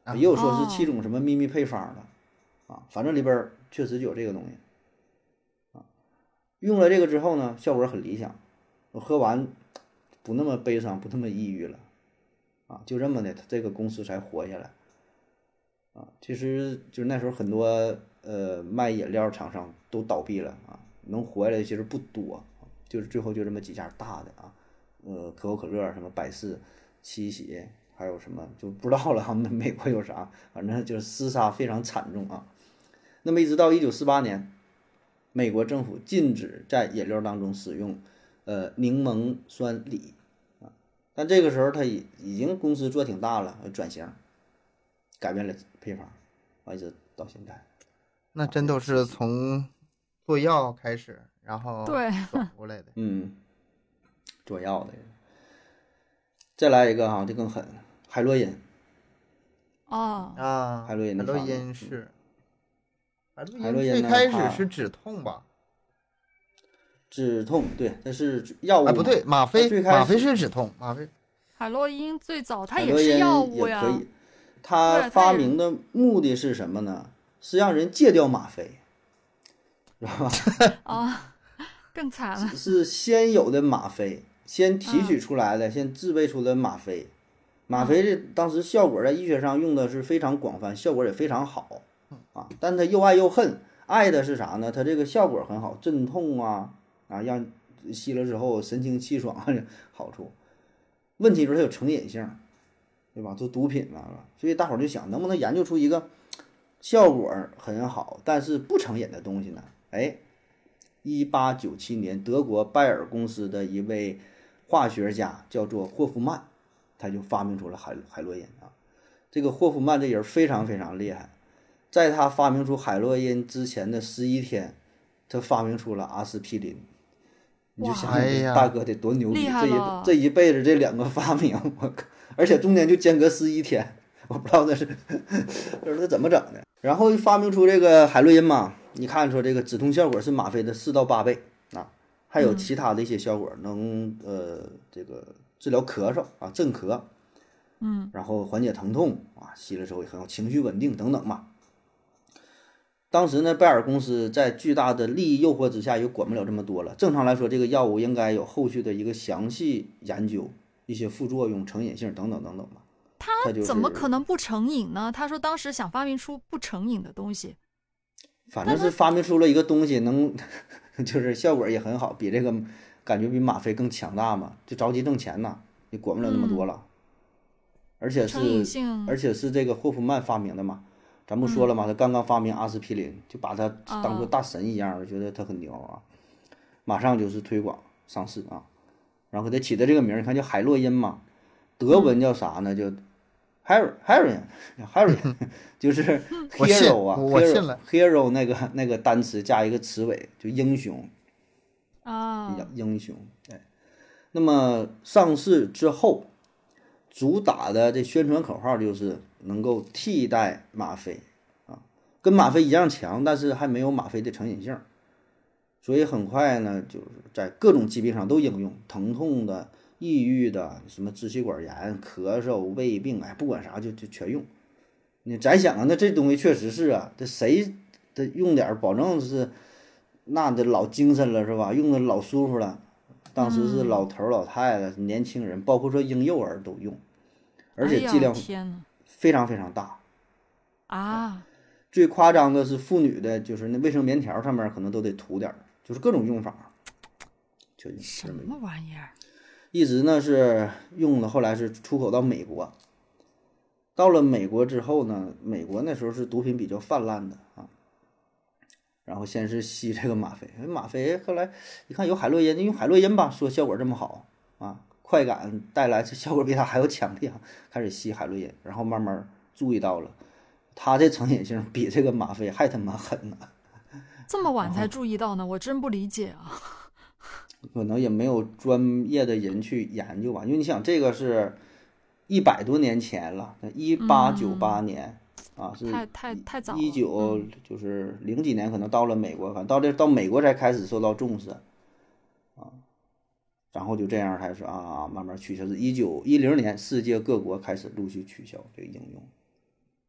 啊也有说是七哦种什么秘密配方的啊，反正里边儿确实就有这个东西啊。用了这个之后呢，效果很理想，我喝完不那么悲伤，不那么抑郁了啊，就这么的，这个公司才活下来啊。其实就是那时候很多呃卖饮料厂商都倒闭了啊，能活下来其实不多，就是最后就这么几家大的啊，呃可口可乐、什么百事、七喜，还有什么就不知道了哈。美国有啥，反正就是厮杀非常惨重啊。那么一直到一九四八年，美国政府禁止在饮料当中使用呃柠檬酸锂啊，但这个时候他已已经公司做挺大了，转型改变了配方，啊，一直到现在。 那真都是从做药开始，然后对， 转过来的。 嗯，做药的。再来一个哈，这更狠，海洛因。 哦， 啊， 海洛因的海洛发明因是，海洛海洛因呢因最开它始是止痛吧？ 止痛，对，这是药物啊， 嘛。 不对，吗啡， 最开吗啡始是止痛，吗啡。 海洛因最早它海洛因也是药也可物呀以，，它对它也发明的目的是什么呢？是让人戒掉吗啡，知道吧？ 啊，更惨了。 是先有的吗啡，先提取嗯出来的，先制备出的吗啡。吗嗯啡这当时效果在医学上用的是非常广泛，效果也非常好啊。但它又爱又恨，爱的是啥呢？它这个效果很好，镇痛啊啊，让吸了之后神清气爽啊，好处。问题就是它有成瘾性，对吧？都毒品嘛，所以大伙儿就想，能不能研究出一个效果很好，但是不成瘾的东西呢？哎，一八九七年，德国拜耳公司的一位化学家叫做霍夫曼，他就发明出了海海洛因啊。这个霍夫曼这人非常非常厉害，在他发明出海洛因之前的十一天，他发明出了阿司匹林。你就想想哎呀这大哥得多牛逼！ 厉害这一了这一辈子这两个发明，我靠！而且中间就间隔十一天，我不知道那是这是他怎么整的。然后发明出这个海洛因嘛，你看说这个止痛效果是吗啡的四到八倍啊，还有嗯其他的一些效果，能呃这个治疗咳嗽啊、镇咳， 嗯， 然后缓解疼痛啊，吸了之后也很好，情绪稳定等等嘛。当时呢，拜耳公司在巨大的利益诱惑之下，也管不了这么多了。正常来说，这个药物应该有后续的一个详细研究，一些副作用、成瘾性等等等等吧。 他它就是怎么可能不成瘾呢？他说当时想发明出不成瘾的东西。 反正是发明出了一个东西能，就是效果也很好，比这个感觉比吗啡更强大嘛，就着急挣钱呐，你管不了那么多了。而且成瘾是性而且是这个霍夫曼发明的嘛，咱不说了嘛，他刚刚发明阿司匹林，就把他当做大神一样，觉得他很牛啊，马上就是推广上市啊，然后给他起的这个名儿，你看叫海洛因嘛，德文叫啥呢？就 Harry Harry Harry，就是我信 hero 啊我信 ，hero 了 hero 那个那个单词加一个词尾，就英雄， 啊， 英雄。哎，那么上市之后，主打的这宣传口号就是能够替代吗啡啊，跟吗啡一样强，但是还没有吗啡的成瘾性，所以很快呢，就是在各种疾病上都应用，疼痛的、抑郁的、什么支气管炎、咳嗽、胃病，哎，不管啥就就全用。你咱想啊，那这东西确实是啊，这谁这用点儿，保证是那得老精神了是吧？用的老舒服了。当时是老头儿老太太、年轻人，包括说婴幼儿都用，而且剂量哎呀天呐非常非常大。 啊， 最夸张的是妇女的，就是那卫生棉条上面可能都得涂点儿，就是各种用法，就什这么么玩意儿？ 一直呢是用的，后来是出口到美国。到了美国之后呢，美国那时候是毒品比较泛滥的啊。然后先是吸这个吗啡，吗啡后来一看有海洛因，就用海洛因吧，说效果这么好啊，快感带来这效果比它还要强烈，开始吸海洛因，然后慢慢注意到了，它这成瘾性比这个吗啡还他妈狠呢。 这么晚才注意到呢？我真不理解啊。 可能也没有专业的人去研究吧，因为你想这个是一百多年前了，一八九八年。啊，是太太太早了。 一九嗯就是零几年，可能到了美国，反正到这到美国才开始受到重视，啊，然后就这样开始啊，慢慢取消。是一九一零年，世界各国开始陆续取消这个应用。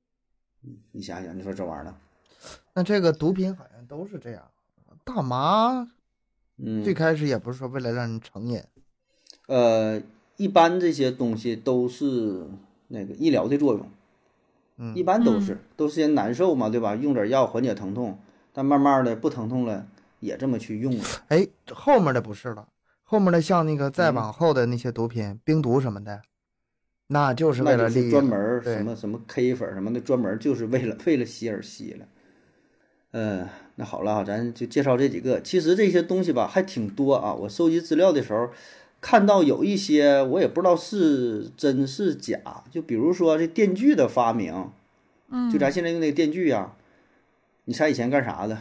你想想，你说这玩意儿呢？ 那这个毒品好像都是这样，大麻， 嗯， 最开始也不是说为了让人成瘾， 呃，一般这些东西都是那个医疗的作用， 嗯， 一般都是、嗯、都是人难受嘛，对吧？用点药缓解疼痛，但慢慢的不疼痛了，也这么去用了。 哎，后面的不是了，后面的像那个再往后的那些毒品，嗯、冰毒什么的。那就是为了利益， 专门什么什么 K 粉什么的，专门就是为了为了吸而吸了。呃，那好了，咱就介绍这几个。其实这些东西吧还挺多啊。我收集资料的时候看到有一些我也不知道是真是假，就比如说这电锯的发明， 嗯， 就咱现在用那个电锯啊，你猜以前干啥的？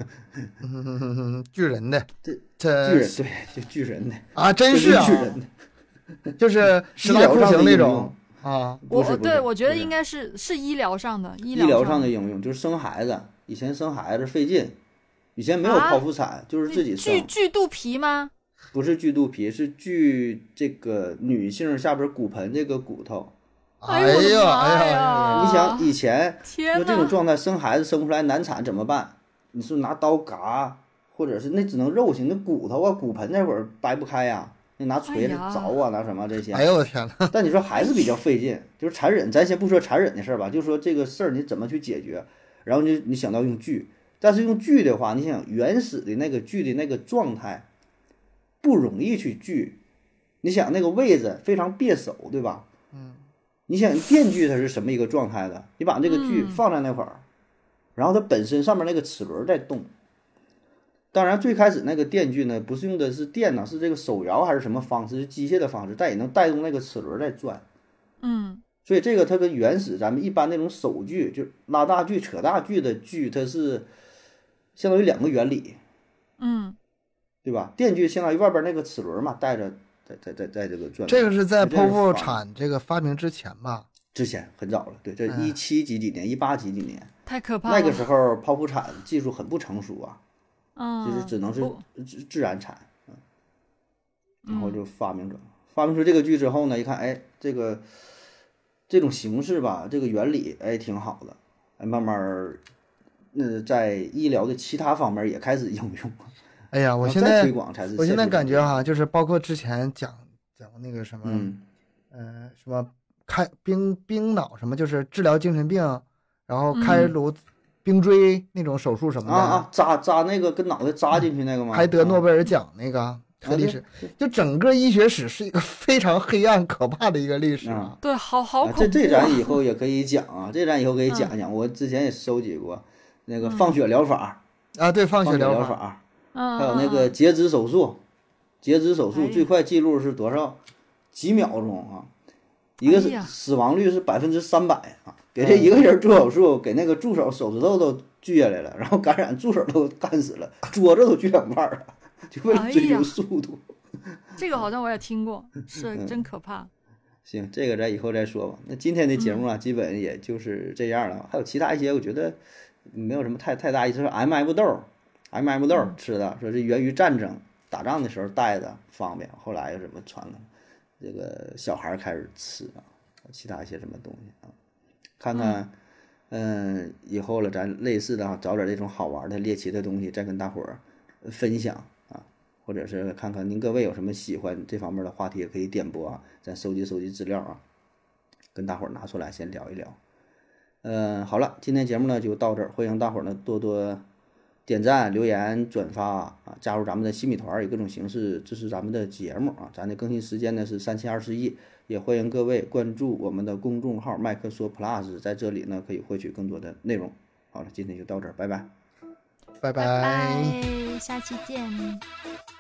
锯人的， 这这锯人对，就锯人的啊，真是啊。 锯人的就是时代酷刑那种啊， 我对我觉得应该是是医疗上的，医疗疗上的应用，就是生孩子，以前生孩子费劲，以前没有剖腹产，啊、就是自己生。 锯锯肚皮吗？ 不是锯肚皮，是锯这个女性下边骨盆这个骨头。 哎呀哎呀！ 你想以前就这种状态，生孩子生不出来难产怎么办？你是拿刀嘎，或者是那只能肉型的骨头啊，骨盆那会儿掰不开呀、啊。你拿锤子凿啊，拿什么这些？ 哎呦我天呐！ 但你说还是比较费劲，就是残忍。咱先不说残忍的事儿吧，就说这个事儿你怎么去解决？然后你你想到用锯，但是用锯的话，你想原始的那个锯的那个状态不容易去锯。你想那个位置非常别手，对吧？ 嗯。 你想电锯它是什么一个状态的？你把这个锯放在那块儿，嗯、然后它本身上面那个齿轮在动。当然，最开始那个电锯呢，不是用的是电呢，是这个手摇还是什么方式，是机械的方式，但也能带动那个齿轮在转。 嗯， 所以这个它跟原始咱们一般那种手锯，就拉大锯、扯大锯的锯，它是相当于两个原理。 嗯， 对吧？电锯相当于外边那个齿轮嘛，带着在在在在这个转。 这个是在剖腹产这个发明之前吧？ 之前很早了，对，这一七几几年，一八几几年， 太可怕了。 那个时候剖腹产技术很不成熟啊。 嗯， 就是只能是自自然产，嗯，然后就发明者、嗯、发明出这个锯之后呢，一看，哎，这个这种形式吧，这个原理，哎，挺好的，哎，慢慢，呃，在医疗的其他方面也开始应用。 哎呀，我现在推广才是。 我现在感觉哈，就是包括之前讲讲那个什么， 嗯， 呃，什么开冰冰脑什么，就是治疗精神病，然后开颅。嗯冰锥那种手术什么的啊啊，扎扎那个跟脑袋扎进去那个吗？ 还得诺贝尔奖那个，特历史，就整个医学史是一个非常黑暗可怕的一个历史啊。 对，好好恐怖。 这这咱以后也可以讲啊，这咱以后可以讲讲。我之前也收集过那个放血疗法啊，对，放血疗法， 还有那个截肢手术，截肢手术最快记录是多少？几秒钟啊？一个是死亡率是百分之三百啊。给这一个人做手术，给那个助手手指头都锯下来了，然后感染助手都干死了，桌子都锯两半了，就为了追求速度。 哎、这个好像我也听过，是真可怕。 嗯、行，这个咱以后再说吧。那今天的节目啊，嗯、基本也就是这样了。还有其他一些，我觉得没有什么太太大意思。说 M M 豆 ，M M 豆吃的，说是源于战争，打仗的时候带的方便。后来又什么传了，这个小孩开始吃啊，其他一些什么东西啊。看看，嗯、呃，以后了，咱类似的啊，找点这种好玩的、猎奇的东西，再跟大伙儿分享啊，或者是看看您各位有什么喜欢这方面的话题，也可以点播啊，咱收集收集资料啊，跟大伙儿拿出来先聊一聊。嗯、呃，好了，今天节目呢就到这儿，欢迎大伙儿呢多多点赞、留言、转发啊，加入咱们的新米团，以各种形式支持咱们的节目啊。咱的更新时间呢是三七二十一。也欢迎各位关注我们的公众号麦克说 Plus， 在这里呢可以获取更多的内容。好了，今天就到这儿，拜拜， 拜拜， 拜拜，下期见。